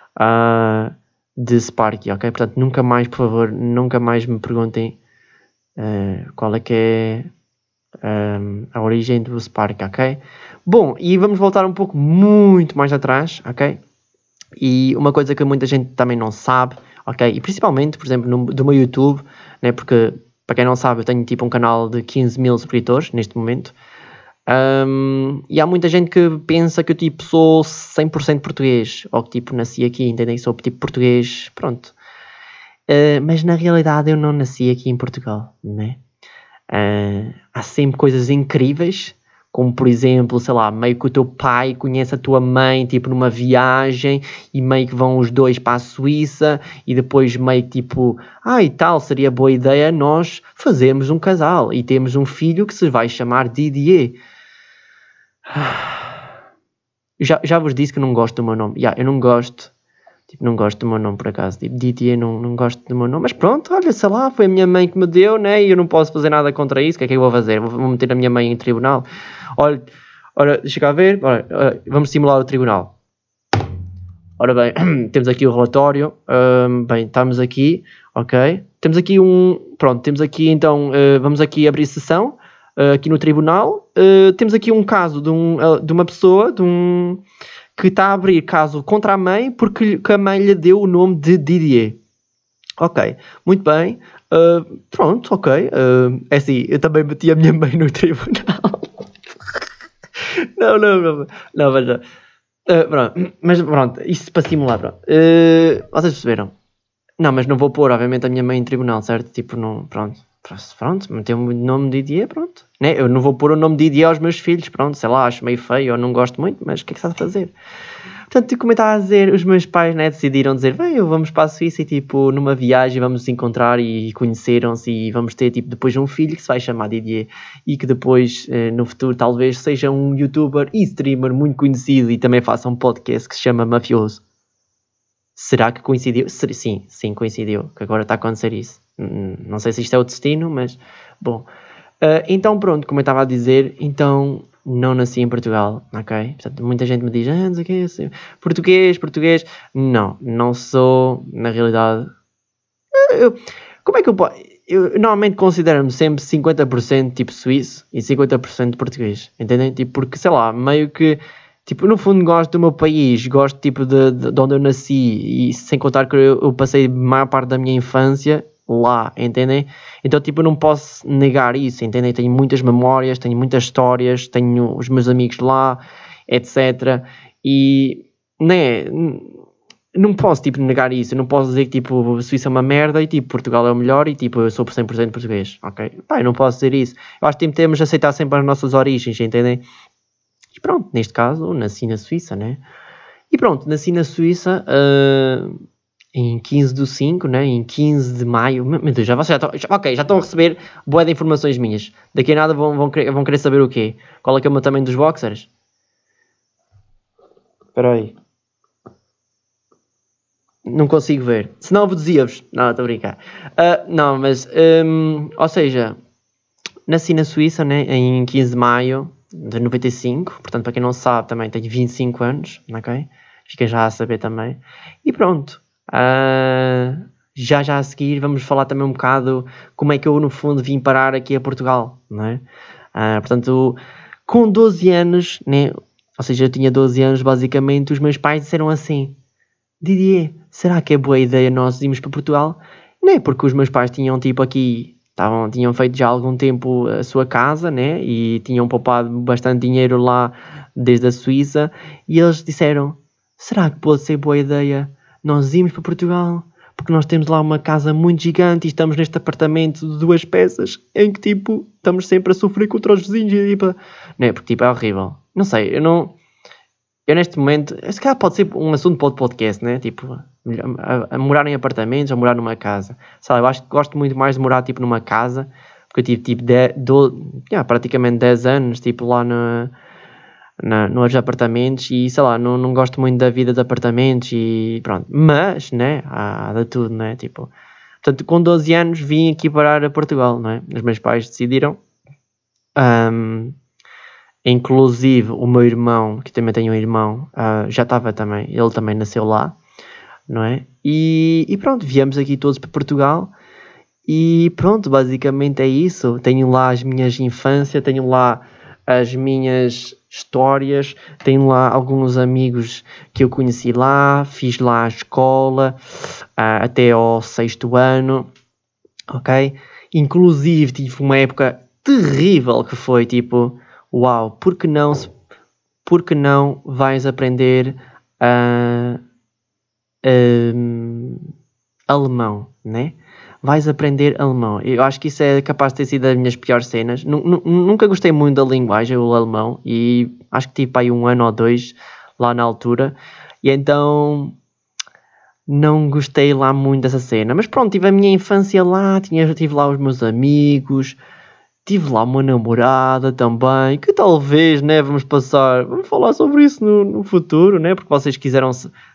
de Sparky, ok? Portanto, nunca mais, por favor, nunca mais me perguntem qual é que é a origem do Spark, ok? Bom, e vamos voltar um pouco muito mais atrás, ok? E uma coisa que muita gente também não sabe, ok? E principalmente, por exemplo, do meu YouTube, né? Porque, para quem não sabe, eu tenho tipo um canal de 15 mil subscritores neste momento. E há muita gente que pensa que eu tipo sou 100% português, ou que tipo nasci aqui, entendem? Sou tipo português, pronto. Mas na realidade eu não nasci aqui em Portugal, né? Há sempre coisas incríveis, como por exemplo, sei lá, meio que o teu pai conhece a tua mãe, tipo numa viagem, e meio que vão os dois para a Suíça, e depois meio que tipo, e tal, seria boa ideia nós fazermos um casal, e temos um filho que se vai chamar Didier. Já vos disse que não gosto do meu nome. Eu não gosto. Tipo, não gosto do meu nome por acaso. Tipo, Didier, não gosto do meu nome. Mas pronto, olha, sei lá, foi a minha mãe que me deu, né? E eu não posso fazer nada contra isso. O que é que eu vou fazer? Vou meter a minha mãe em tribunal. Olha, deixa cá ver. Olha, vamos simular o tribunal. Ora bem, temos aqui o relatório. Bem, estamos aqui, ok? Temos aqui temos aqui então, vamos aqui abrir sessão, aqui no tribunal. Temos aqui um caso de uma pessoa, que está a abrir caso contra a mãe porque a mãe lhe deu o nome de Didier. Ok, muito bem. Pronto, ok. É assim, eu também meti a minha mãe no tribunal. Não, mas... mas pronto, isto para simular, pronto. Vocês perceberam? Não, mas não vou pôr, obviamente, a minha mãe em tribunal, certo? Tipo, não, pronto, meteu o nome de Didier, pronto. Né? Eu não vou pôr o nome de Didier aos meus filhos, pronto, sei lá, acho meio feio ou não gosto muito, mas o que é que se há de fazer? Portanto, como eu estava a dizer, os meus pais, né, decidiram dizer, vamos para a Suíça e, tipo, numa viagem vamos nos encontrar e conheceram-se e vamos ter, tipo, depois um filho que se vai chamar Didier e que depois, no futuro, talvez seja um youtuber e streamer muito conhecido e também faça um podcast que se chama Mafioso. Será que coincidiu? Sim, coincidiu, que agora está a acontecer isso. Não sei se isto é o destino, mas, bom. Então, pronto, como eu estava a dizer, então... não nasci em Portugal, ok? Portanto, muita gente me diz, não sei o que é, português. Não sou, na realidade... como é que eu posso... Eu normalmente considero-me sempre 50% tipo suíço e 50% português, entendem? Tipo, porque, sei lá, meio que... Tipo, no fundo gosto do meu país, gosto tipo de onde eu nasci e sem contar que eu passei a maior parte da minha infância lá, entendem? Então, tipo, eu não posso negar isso, entendem? Tenho muitas memórias, tenho muitas histórias, tenho os meus amigos lá, etc. E, né, não posso, tipo, negar isso. Eu não posso dizer que, tipo, a Suíça é uma merda e, tipo, Portugal é o melhor e, tipo, eu sou 100% português, ok? Pá, eu não posso dizer isso. Eu acho que temos de aceitar sempre as nossas origens, entendem? E pronto, neste caso, nasci na Suíça, né? E pronto, nasci na Suíça em 15/5, né? Em 15 de maio. Meu Deus, já estão a receber bué de informações minhas. Daqui a nada vão querer saber o quê? Qual é que é o meu tamanho dos boxers? Espera aí. Não consigo ver. Senão eu dizia-vos. Não, estou a brincar. Não, mas... ou seja, nasci na Suíça, né? Em 15 de maio de 95. Portanto, para quem não sabe, também tenho 25 anos, ok? Fica já a saber também. E pronto. Já a seguir vamos falar também um bocado como é que eu no fundo vim parar aqui a Portugal, não é? Portanto, com 12 anos, né? Ou seja, eu tinha 12 anos basicamente, os meus pais disseram assim: Didier, será que é boa ideia nós irmos para Portugal? Não é porque os meus pais tinham tipo aqui, tinham feito já há algum tempo a sua casa, né? E tinham poupado bastante dinheiro lá desde a Suíça e eles disseram: será que pode ser boa ideia nós irmos para Portugal? Porque nós temos lá uma casa muito gigante e estamos neste apartamento de 2 peças em que tipo estamos sempre a sofrer contra os vizinhos e tipo, não é? Porque tipo é horrível. Não sei, eu neste momento, se calhar pode ser um assunto para o podcast, né? Tipo, a morar em apartamentos, a morar numa casa. Sabe, eu acho que gosto muito mais de morar tipo numa casa, porque eu tive tipo praticamente 10 anos tipo lá nos apartamentos e sei lá, não gosto muito da vida de apartamentos e pronto. Mas, né, há de tudo, né? Tipo, portanto, com 12 anos vim aqui parar a Portugal, não é? Os meus pais decidiram. Inclusive o meu irmão, que também tem um irmão, já estava também, ele também nasceu lá, não é? E pronto, viemos aqui todos para Portugal e pronto, basicamente é isso. Tenho lá as minhas infâncias, tenho lá as minhas histórias, tenho lá alguns amigos que eu conheci lá, fiz lá a escola até ao 6º ano, ok? Inclusive tive uma época terrível que foi tipo... Uau, por que não vais aprender alemão, né? Vais aprender alemão. Eu acho que isso é capaz de ter sido das minhas piores cenas. Nunca gostei muito da linguagem, o alemão, e acho que tive aí 1 ano ou 2 lá na altura. E então não gostei lá muito dessa cena. Mas pronto, tive a minha infância lá, tive lá os meus amigos... Tive lá uma namorada também, que talvez, né, vamos falar sobre isso no futuro, né, porque vocês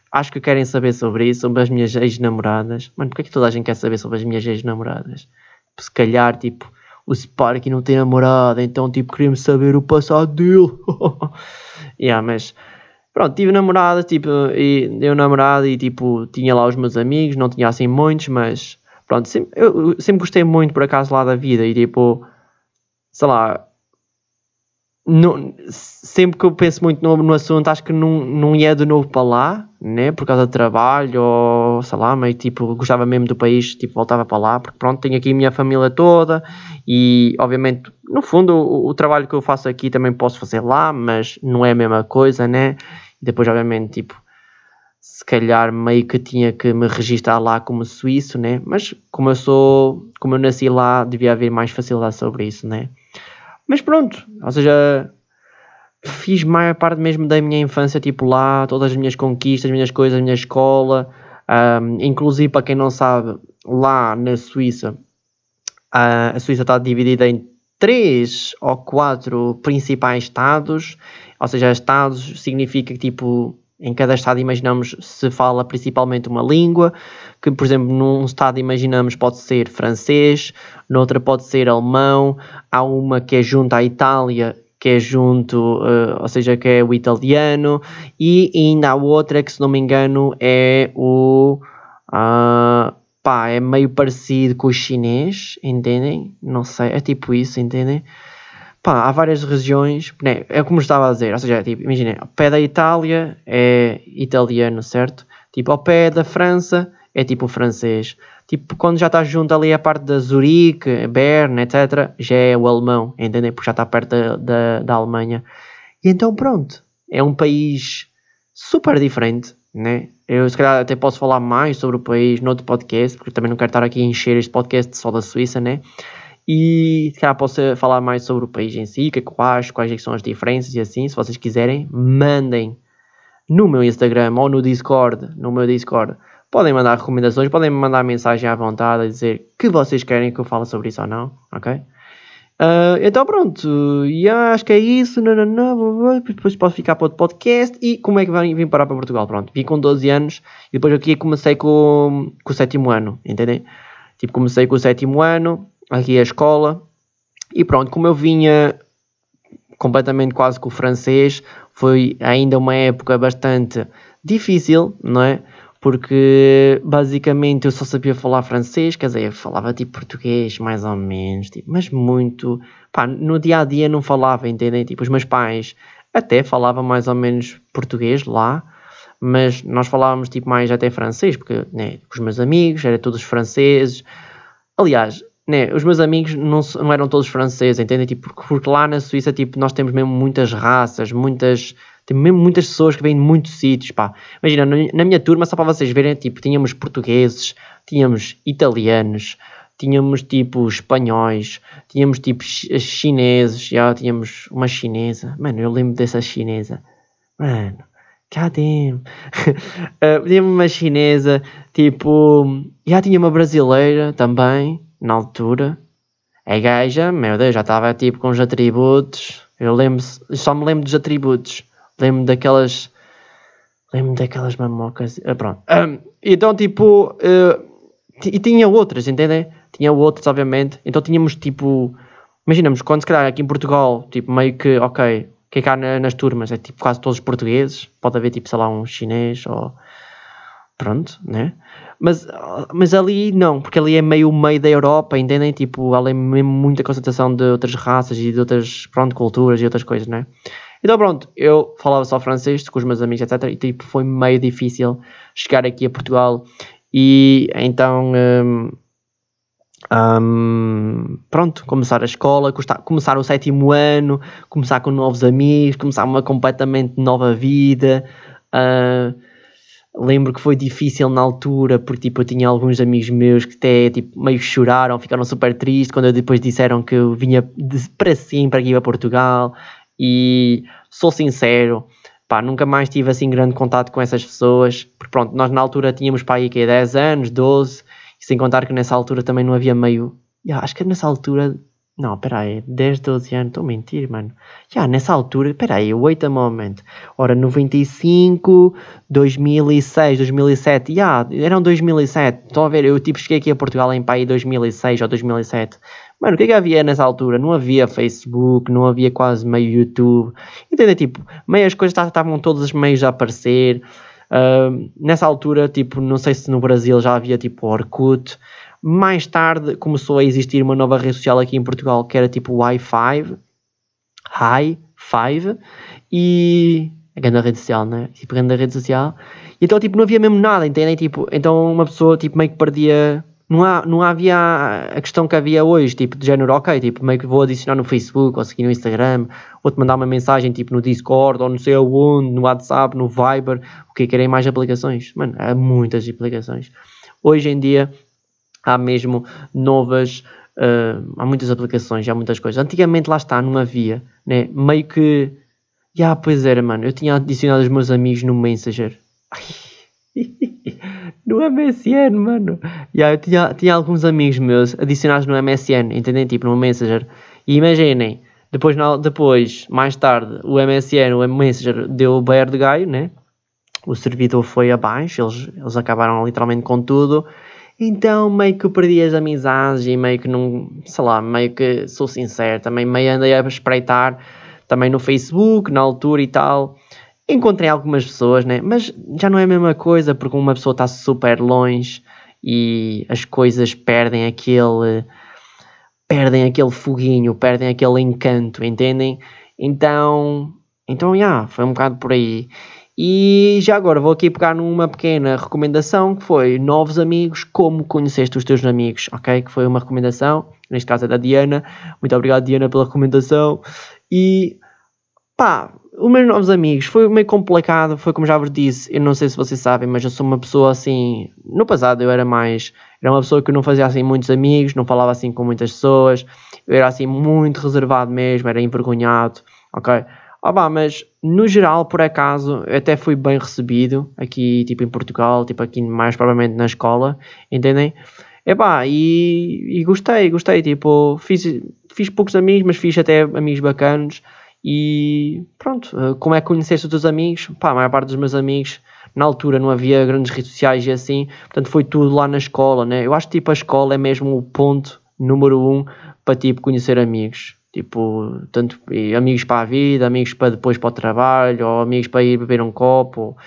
acho que querem saber sobre isso, sobre as minhas ex-namoradas. Mano, porque é que toda a gente quer saber sobre as minhas ex-namoradas? Se calhar, tipo, o Sparky não tem namorada, então, tipo, queria-me saber o passado dele. Mas, pronto, tive namorada, tipo, e deu namorada e, tipo, tinha lá os meus amigos, não tinha assim muitos, mas, pronto, eu sempre gostei muito, por acaso, lá da vida e, tipo, sei lá, sempre que eu penso muito no assunto, acho que não ia de novo para lá, né? Por causa de trabalho ou sei lá, mas tipo, gostava mesmo do país, tipo, voltava para lá, porque pronto, tenho aqui a minha família toda e obviamente, no fundo, o trabalho que eu faço aqui também posso fazer lá, mas não é a mesma coisa, né? E depois, obviamente, tipo, se calhar meio que tinha que me registrar lá como suíço, né? Mas como eu nasci lá, devia haver mais facilidade sobre isso, né? Mas pronto, ou seja, fiz maior parte mesmo da minha infância, tipo lá, todas as minhas conquistas, as minhas coisas, a minha escola, inclusive para quem não sabe, lá na Suíça, a Suíça está dividida em 3 ou 4 principais estados, ou seja, estados significa que tipo, em cada estado imaginamos se fala principalmente uma língua, que por exemplo num estado imaginamos pode ser francês, noutra pode ser alemão, há uma que é junto à Itália, que é junto, ou seja, que é o italiano, e ainda há outra que se não me engano é o... é meio parecido com o chinês, entendem? Não sei, é tipo isso, entendem? Há várias regiões, né? É como estava a dizer, ou seja, tipo, imaginem, ao pé da Itália é italiano, certo? Tipo, ao pé da França é tipo francês. Tipo, quando já está junto ali a parte da Zurique, Berna, etc., já é o alemão, entendem? Porque já está perto da Alemanha. E então pronto, é um país super diferente, né? Eu se calhar até posso falar mais sobre o país noutro podcast, porque também não quero estar aqui a encher este podcast só da Suíça, né? E se calhar posso falar mais sobre o país em si, o que é que eu acho, quais é que são as diferenças e assim, se vocês quiserem, mandem no meu Instagram ou no Discord, no meu Discord. Podem mandar recomendações, podem me mandar mensagem à vontade a dizer que vocês querem que eu fale sobre isso ou não, ok? Então pronto, e acho que é isso, depois posso ficar para outro podcast. E como é que vim parar para Portugal? Pronto, vim com 12 anos e depois aqui comecei com o 7º ano, entendem? Tipo, comecei com o 7º ano, aqui a escola, e pronto, como eu vinha completamente quase com o francês, foi ainda uma época bastante difícil, não é? Porque basicamente eu só sabia falar francês, quer dizer, eu falava tipo português, mais ou menos, tipo, mas muito, no dia a dia não falava, entendem? Tipo, os meus pais até falavam mais ou menos português lá, mas nós falávamos tipo mais até francês, porque né, os meus amigos eram todos franceses. Aliás, né, os meus amigos não eram todos franceses, entendem? Tipo, porque lá na Suíça tipo, nós temos mesmo muitas raças, temos mesmo muitas pessoas que vêm de muitos sítios, pá. Imagina, na minha turma, só para vocês verem, tipo, tínhamos portugueses, tínhamos italianos, tínhamos tipo espanhóis, tínhamos tipo chineses, já tínhamos uma chinesa. Mano, eu lembro dessa chinesa. Mano, cadê? Tínhamos uma chinesa, tipo, já tinha uma brasileira também, na altura. A gaja, meu Deus, já estava tipo com os atributos. Só me lembro dos atributos. Lembro daquelas mamocas. Pronto. Então, tipo, e tinha outras, entendem? Tinha outras, obviamente. Então tínhamos tipo, imaginamos, quando se calhar aqui em Portugal, tipo, meio que, ok, o que é que há nas turmas? É tipo quase todos os portugueses. Pode haver tipo, sei lá, um chinês ou. Pronto, né? Mas ali não, porque ali é meio da Europa, entendem? Tipo, ali é mesmo muita concentração de outras raças e de outras, pronto, culturas e outras coisas, né? Então pronto, eu falava só francês com os meus amigos, etc. E tipo, foi meio difícil chegar aqui a Portugal. E então, pronto, começar a escola, começar o 7º ano, começar com novos amigos, começar uma completamente nova vida. Lembro que foi difícil na altura, porque tipo, eu tinha alguns amigos meus que até tipo, meio choraram, ficaram super tristes quando depois disseram que eu vinha para sempre aqui para Portugal. E sou sincero, nunca mais tive assim grande contato com essas pessoas, porque pronto, nós na altura tínhamos aí que 10 anos, 12, e sem contar que nessa altura também não havia meio... acho que nessa altura Não, peraí, 10, 12 anos, estou a mentir, mano. Já, nessa altura, peraí, wait a moment. Ora, 95, 2006, 2007, já, eram 2007. Estão a ver, eu tipo cheguei aqui a Portugal em pai 2006 ou 2007. Mano, o que é que havia nessa altura? Não havia Facebook, não havia quase meio YouTube. Entendeu? Tipo, meio as coisas estavam todos os meios a aparecer. Nessa altura, tipo, não sei se no Brasil já havia tipo Orkut. Mais tarde começou a existir uma nova rede social aqui em Portugal que era tipo Wi-Fi, High Five, e a grande rede social, né? Tipo, a grande rede social. E então, tipo, não havia mesmo nada, entendem? Tipo, então uma pessoa, tipo, meio que perdia. Não havia a questão que havia hoje, tipo, de género, ok, tipo, meio que vou adicionar no Facebook, ou seguir no Instagram, ou te mandar uma mensagem, tipo, no Discord, ou não sei aonde, no WhatsApp, no Viber, o que querem mais aplicações? Mano, há muitas aplicações. Hoje em dia, há mesmo novas, há muitas aplicações, há muitas coisas. Antigamente lá está, não havia, né? Meio que, pois era, mano, eu tinha adicionado os meus amigos no Messenger. No MSN, mano. Eu tinha alguns amigos meus adicionados no MSN, entendem? Tipo, no Messenger. E imaginem, depois, mais tarde, o MSN, o Messenger deu o BR de Gaio, né? O servidor foi abaixo, eles acabaram literalmente com tudo. Então meio que eu perdi as amizades e meio que não, sei lá, meio que sou sincero, também meio andei a espreitar também no Facebook, na altura e tal. Encontrei algumas pessoas, né? Mas já não é a mesma coisa porque uma pessoa está super longe e as coisas perdem aquele foguinho, perdem aquele encanto, entendem? Então, foi um bocado por aí. E já agora vou aqui pegar numa pequena recomendação que foi novos amigos, como conheceste os teus amigos, ok? Que foi uma recomendação, neste caso é da Diana. Muito obrigado, Diana, pela recomendação. E pá, os meus novos amigos foi meio complicado, foi como já vos disse, eu não sei se vocês sabem, mas eu sou uma pessoa assim, no passado eu era uma pessoa que não fazia assim muitos amigos, não falava assim com muitas pessoas, eu era assim muito reservado mesmo, era envergonhado, ok? Mas no geral, por acaso, eu até fui bem recebido aqui, tipo em Portugal, tipo aqui mais provavelmente na escola, entendem? E gostei, tipo, fiz poucos amigos, mas fiz até amigos bacanos. E pronto, como é que conheceste os teus amigos? A maior parte dos meus amigos, na altura não havia grandes redes sociais e assim, portanto foi tudo lá na escola, né? Eu acho que tipo a escola é mesmo o ponto número 1 para tipo conhecer amigos. Tipo, tanto amigos para a vida, amigos para depois para o trabalho, ou amigos para ir beber um copo.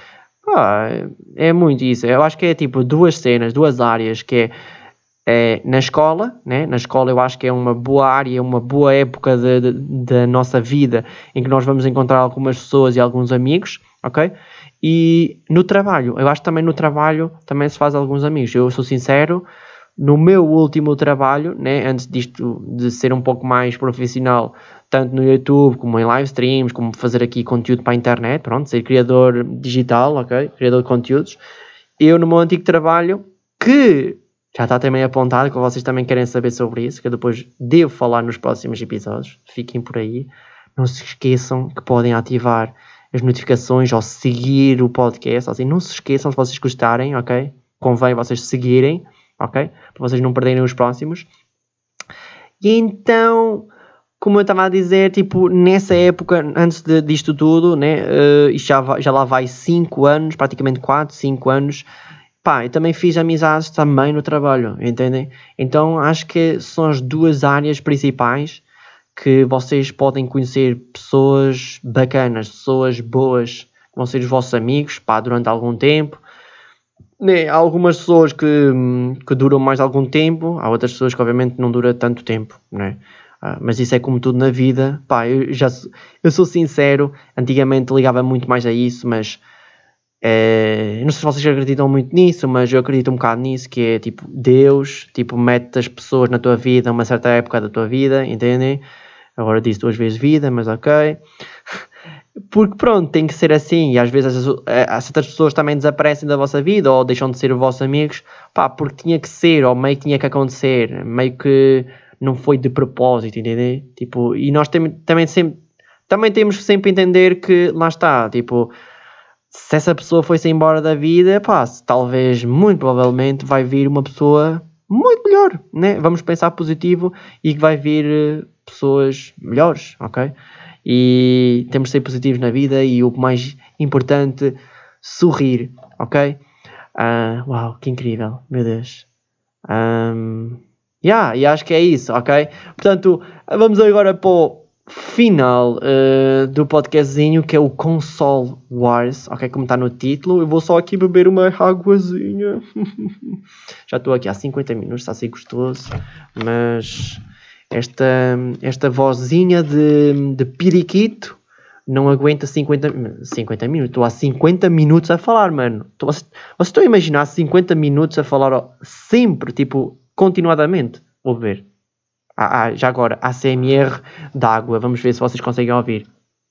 É muito isso. Eu acho que é tipo duas cenas, duas áreas, que é na escola, né? Na escola eu acho que é uma boa área, uma boa época da nossa vida em que nós vamos encontrar algumas pessoas e alguns amigos, ok? E no trabalho, eu acho que também no trabalho também se faz alguns amigos. Eu sou sincero, no meu último trabalho, né? Antes disto de ser um pouco mais profissional, tanto no YouTube como em live streams, como fazer aqui conteúdo para a internet, pronto, ser criador digital, ok? Criador de conteúdos. Eu no meu antigo trabalho, que já está também apontado, que vocês também querem saber sobre isso, que eu depois devo falar nos próximos episódios. Fiquem por aí. Não se esqueçam que podem ativar as notificações ou seguir o podcast. Assim, não se esqueçam, se vocês gostarem, ok? Convém vocês seguirem, ok? Para vocês não perderem os próximos. E então, como eu estava a dizer, tipo, nessa época, antes disto tudo, né? Isto já lá vai 5 anos, praticamente 4, 5 anos. Eu também fiz amizades também no trabalho, entendem? Então acho que são as duas áreas principais que vocês podem conhecer pessoas bacanas, pessoas boas, que vão ser os vossos amigos, durante algum tempo. Né? Há algumas pessoas que duram mais algum tempo, há outras pessoas que obviamente não duram tanto tempo, né? Mas isso é como tudo na vida. Eu sou sincero, antigamente ligava muito mais a isso, mas não sei se vocês acreditam muito nisso, mas eu acredito um bocado nisso, que é tipo, Deus, tipo, mete as pessoas na tua vida, uma certa época da tua vida, entendem? Agora disse 2 vezes vida, mas ok. Porque pronto, tem que ser assim, e às vezes certas pessoas também desaparecem da vossa vida, ou deixam de ser os vossos amigos, porque tinha que ser, ou meio que tinha que acontecer, meio que não foi de propósito, entendem? Tipo, e nós também temos que sempre entender que, lá está, tipo, se essa pessoa foi-se embora da vida, talvez, muito provavelmente, vai vir uma pessoa muito melhor, né? Vamos pensar positivo e que vai vir pessoas melhores, ok? E temos de ser positivos na vida e o mais importante, sorrir, ok? Uau, que incrível, meu Deus. E acho que é isso, ok? Portanto, vamos agora para o final do podcastzinho, que é o Console Wars, ok? Como está no título. Eu vou só aqui beber uma águazinha. Já estou aqui há 50 minutos, está a ser gostoso, mas esta vozinha de periquito não aguenta 50 minutos. Estou há 50 minutos a falar, mano. Vocês estão a imaginar 50 minutos a falar sempre, tipo, continuadamente? Vou ver. Já agora, ACMR de água. Vamos ver se vocês conseguem ouvir.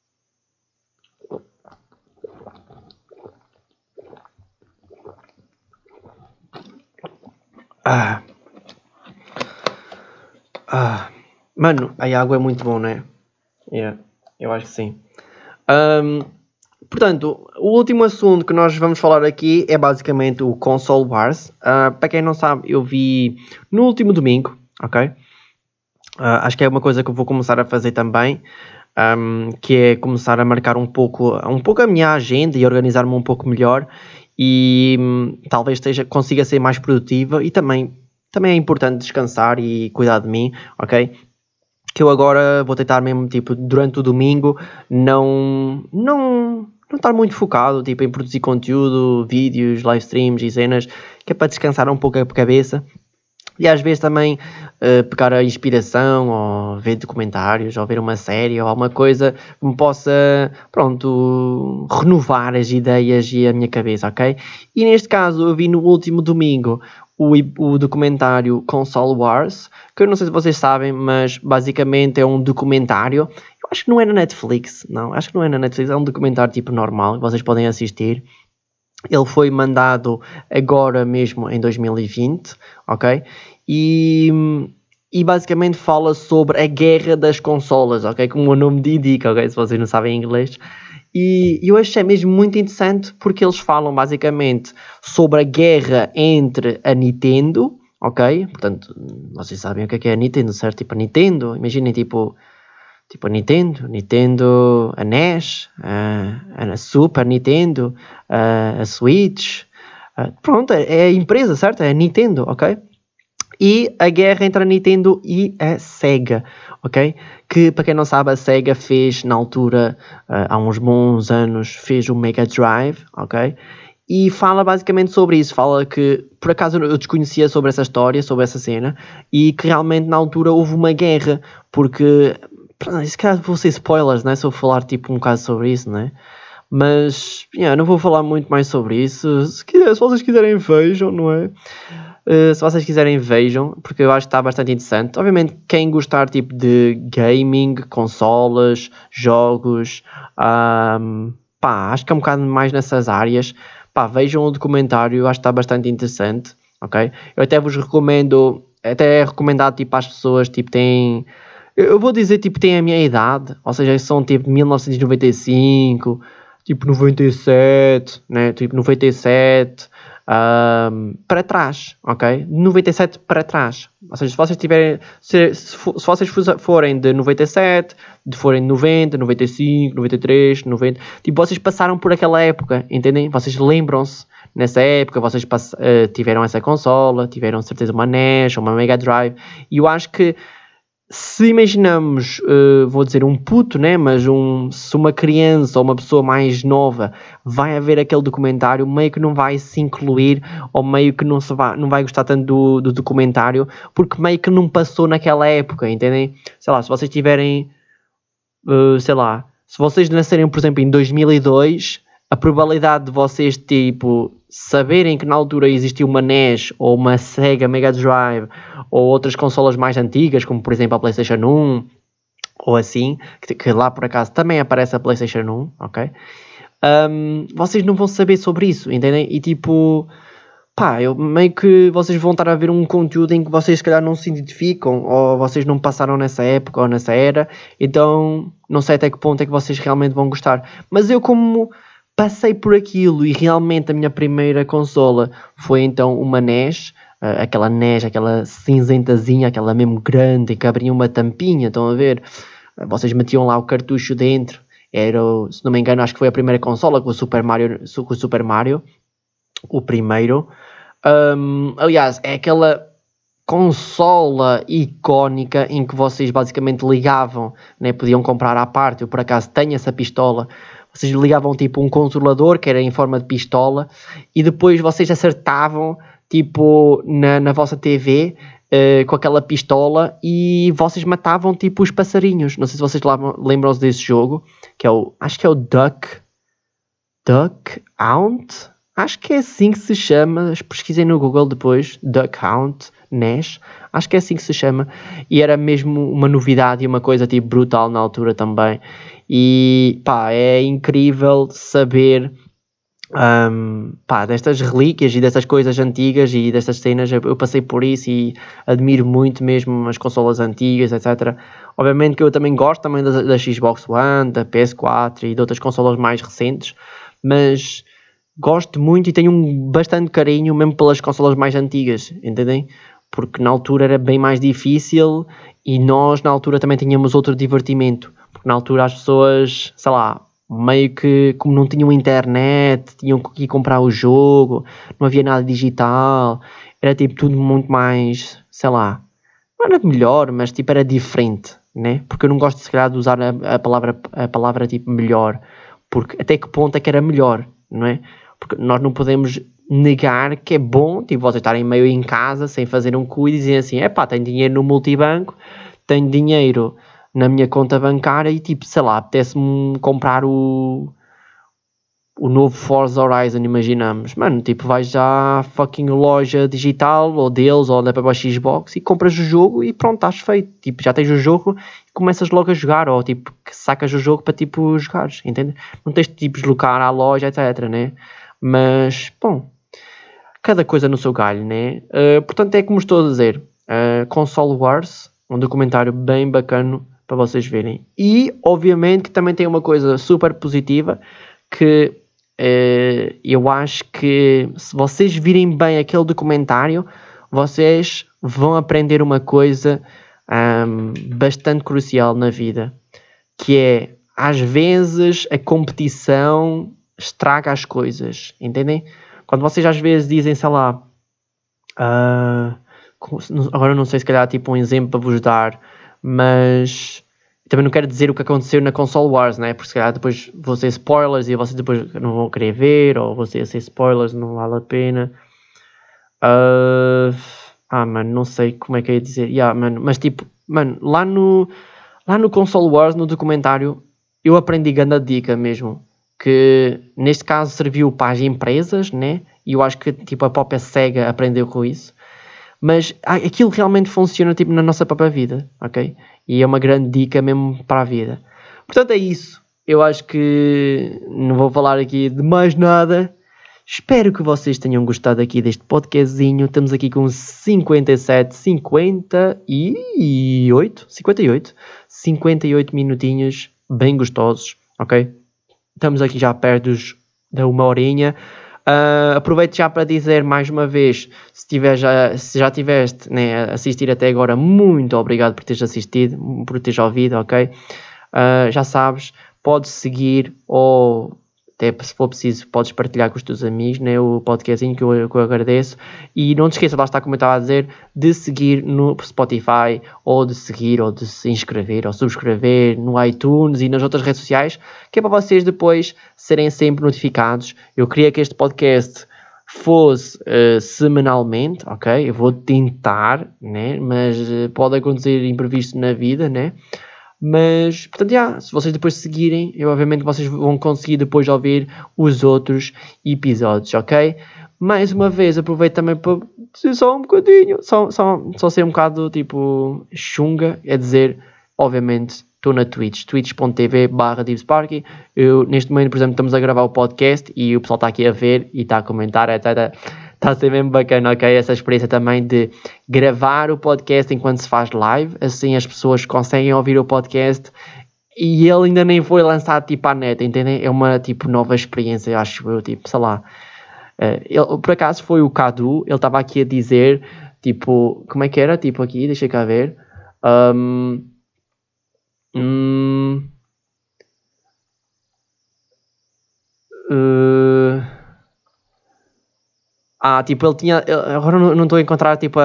Mano, a água é muito bom, né? Yeah, eu acho que sim. Portanto, o último assunto que nós vamos falar aqui é basicamente o Console Wars. Para quem não sabe, eu vi no último domingo, ok? Acho que é uma coisa que eu vou começar a fazer também, que é começar a marcar um pouco a minha agenda e organizar-me um pouco melhor e talvez consiga ser mais produtiva e também é importante descansar e cuidar de mim, ok? Que eu agora vou tentar mesmo, tipo, durante o domingo não estar muito focado, tipo, em produzir conteúdo, vídeos, live streams e cenas, que é para descansar um pouco a cabeça. E às vezes também pegar a inspiração, ou ver documentários, ou ver uma série, ou alguma coisa que me possa, pronto, renovar as ideias e a minha cabeça, ok? E neste caso eu vi no último domingo o documentário Console Wars, que eu não sei se vocês sabem, mas basicamente é um documentário. Eu acho que não é na Netflix, não, acho que não é na Netflix, é um documentário tipo normal, que vocês podem assistir. Ele foi mandado agora mesmo em 2020, ok? E basicamente fala sobre a guerra das consolas, ok? Como o nome indica, ok? Se vocês não sabem inglês. E eu achei mesmo muito interessante porque eles falam basicamente sobre a guerra entre a Nintendo, ok? Portanto, vocês sabem o que é a Nintendo, certo? Tipo a Nintendo, imaginem tipo a Nintendo, a NES, a Super Nintendo, a Switch, pronto, é a empresa, certo? É a Nintendo, ok? E a guerra entre a Nintendo e a Sega, ok? Que, para quem não sabe, a Sega fez, na altura, há uns bons anos, fez o Mega Drive, ok? E fala basicamente sobre isso, fala que, por acaso eu desconhecia sobre essa história, sobre essa cena, e que realmente na altura houve uma guerra, porque, se calhar vou ser spoilers, né? Se eu falar tipo um bocado sobre isso, né? Mas, não vou falar muito mais sobre isso, se vocês quiserem vejam, não é? Se vocês quiserem vejam, porque eu acho que está bastante interessante. Obviamente quem gostar tipo de gaming, consolas, jogos, acho que é um bocado mais nessas áreas, vejam o documentário, eu acho que está bastante interessante, ok? Eu até vos recomendo, até é recomendado tipo às pessoas, tipo têm, eu vou dizer tipo têm a minha idade, ou seja, são tipo 1995, tipo 97, né? Tipo 97, para trás, ok? 97 para trás. Ou seja, se vocês tiverem, se vocês forem de 97, forem de 90, 95, 93, 90, tipo, vocês passaram por aquela época, entendem? Vocês lembram-se nessa época, vocês tiveram essa consola, tiveram certeza uma NES, uma Mega Drive, e eu acho que se imaginamos, vou dizer um puto, né? Mas se uma criança ou uma pessoa mais nova vai a ver aquele documentário, meio que não vai se incluir ou meio que não vai gostar tanto do documentário porque meio que não passou naquela época, entendem? Sei lá, se vocês tiverem, se vocês nascerem, por exemplo, em 2002, a probabilidade de vocês, tipo, saberem que na altura existiu uma NES ou uma Sega Mega Drive ou outras consolas mais antigas, como por exemplo a PlayStation 1 ou assim, que lá por acaso também aparece a PlayStation 1, ok? Vocês não vão saber sobre isso, entendem? E tipo, eu meio que vocês vão estar a ver um conteúdo em que vocês se calhar não se identificam ou vocês não passaram nessa época ou nessa era, então não sei até que ponto é que vocês realmente vão gostar. Mas eu, como passei por aquilo e realmente a minha primeira consola foi então uma NES, aquela NES, aquela cinzentazinha, aquela mesmo grande, que abria uma tampinha, estão a ver? Vocês metiam lá o cartucho dentro, se não me engano, acho que foi a primeira consola com o Super Mario, o primeiro. Aliás, é aquela consola icónica em que vocês basicamente ligavam, né? Podiam comprar à parte, eu por acaso tenho essa pistola, vocês ligavam tipo um controlador que era em forma de pistola e depois vocês acertavam tipo na vossa TV com aquela pistola e vocês matavam tipo os passarinhos. Não sei se vocês lembram-se desse jogo, que é acho que é o Duck Hunt, acho que é assim que se chama, pesquisei no Google depois, Duck Hunt NES, acho que é assim que se chama, e era mesmo uma novidade e uma coisa tipo brutal na altura também, e pá, é incrível saber destas relíquias e dessas coisas antigas e destas cenas. Eu passei por isso e admiro muito mesmo as consolas antigas, etc. Obviamente que eu também gosto também da Xbox One, da PS4 e de outras consolas mais recentes, mas gosto muito e tenho bastante carinho mesmo pelas consolas mais antigas, entendem? Porque na altura era bem mais difícil e nós na altura também tínhamos outro divertimento, porque na altura as pessoas, sei lá, meio que como não tinham internet, tinham que ir comprar o jogo, não havia nada digital, era tipo tudo muito mais, sei lá, não era melhor, mas tipo era diferente, né? Porque eu não gosto se calhar de usar a palavra tipo melhor, porque até que ponto é que era melhor, não é? Porque nós não podemos negar que é bom, tipo, vocês estarem meio em casa, sem fazer um cu e dizem assim, tenho dinheiro no multibanco, tenho dinheiro na minha conta bancária e tipo, sei lá, apetece-me comprar o novo Forza Horizon, imaginamos. Mano, tipo, vais já à fucking loja digital, ou deles, ou da própria Xbox, e compras o jogo e pronto, estás feito. Tipo, já tens o jogo e começas logo a jogar, ou tipo, que sacas o jogo para tipo, jogares, entende? Não tens de tipo, deslocar à loja, etc, né? Mas, bom, cada coisa no seu galho, né? Portanto, é como estou a dizer, Console Wars, um documentário bem bacana para vocês verem. E, obviamente, que também tem uma coisa super positiva, que eu acho que se vocês virem bem aquele documentário, vocês vão aprender uma coisa bastante crucial na vida, que é, às vezes, a competição estraga as coisas, entendem? Quando vocês às vezes dizem, sei lá, agora não sei se calhar tipo um exemplo para vos dar, mas também não quero dizer o que aconteceu na Console Wars, né? Porque se calhar depois vou ser spoilers e vocês depois não vão querer ver, ou você ser spoilers, não vale a pena. Mano, não sei como é que eu ia dizer. Mano, mas tipo, mano, lá no Console Wars, no documentário, eu aprendi grande dica mesmo, que neste caso serviu para as empresas, né? E eu acho que tipo a própria SEGA aprendeu com isso. Mas aquilo realmente funciona tipo na nossa própria vida, ok? E é uma grande dica mesmo para a vida. Portanto é isso. Eu acho que não vou falar aqui de mais nada. Espero que vocês tenham gostado aqui deste podcastzinho. Estamos aqui com 58 minutinhos bem gostosos, ok? Estamos aqui já perto da uma horinha. Aproveito já para dizer mais uma vez, se já tiveste, né, a assistir até agora, muito obrigado por teres assistido, por teres ouvido, ok? Já sabes, podes seguir ou até se for preciso podes partilhar com os teus amigos, né, o podcastzinho que eu agradeço, e não te esqueças, lá está como eu estava a dizer, de seguir no Spotify, ou de seguir, ou de se inscrever, ou subscrever no iTunes e nas outras redes sociais, que é para vocês depois serem sempre notificados. Eu queria que este podcast fosse semanalmente, ok? Eu vou tentar, né, mas pode acontecer imprevisto na vida, né? Mas, portanto, se vocês depois seguirem, obviamente vocês vão conseguir depois ouvir os outros episódios, ok? Mais uma vez, aproveito também para dizer só um bocadinho, só ser um bocado, tipo, chunga, é dizer, obviamente, estou na Twitch, twitch.tv/DivesParky. Eu, neste momento, por exemplo, estamos a gravar o podcast e o pessoal está aqui a ver e está a comentar, etc. Está a ser mesmo bacana, ok? Essa experiência também de gravar o podcast enquanto se faz live, assim as pessoas conseguem ouvir o podcast e ele ainda nem foi lançado tipo à net, entendem? É uma tipo nova experiência, acho eu, tipo, sei lá. Por acaso foi o Cadu, ele estava aqui a dizer, tipo, como é que era? Tipo aqui, deixa cá ver. Tipo, ele tinha. Agora não estou a encontrar tipo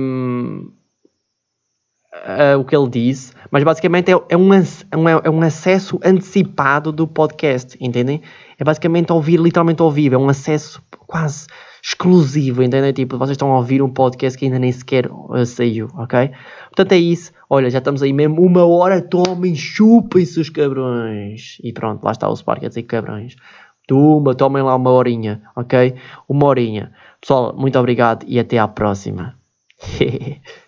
o que ele disse, mas basicamente é um acesso antecipado do podcast, entendem? É basicamente ouvir literalmente ao vivo, é um acesso quase exclusivo, entendem? Tipo, vocês estão a ouvir um podcast que ainda nem sequer saiu, ok? Portanto é isso, olha, já estamos aí mesmo 1 hora, tomem, chupem seus cabrões. E pronto, lá está o Spark a dizer cabrões. Tomem lá 1 horinha, ok? 1 horinha. Pessoal, muito obrigado e até à próxima.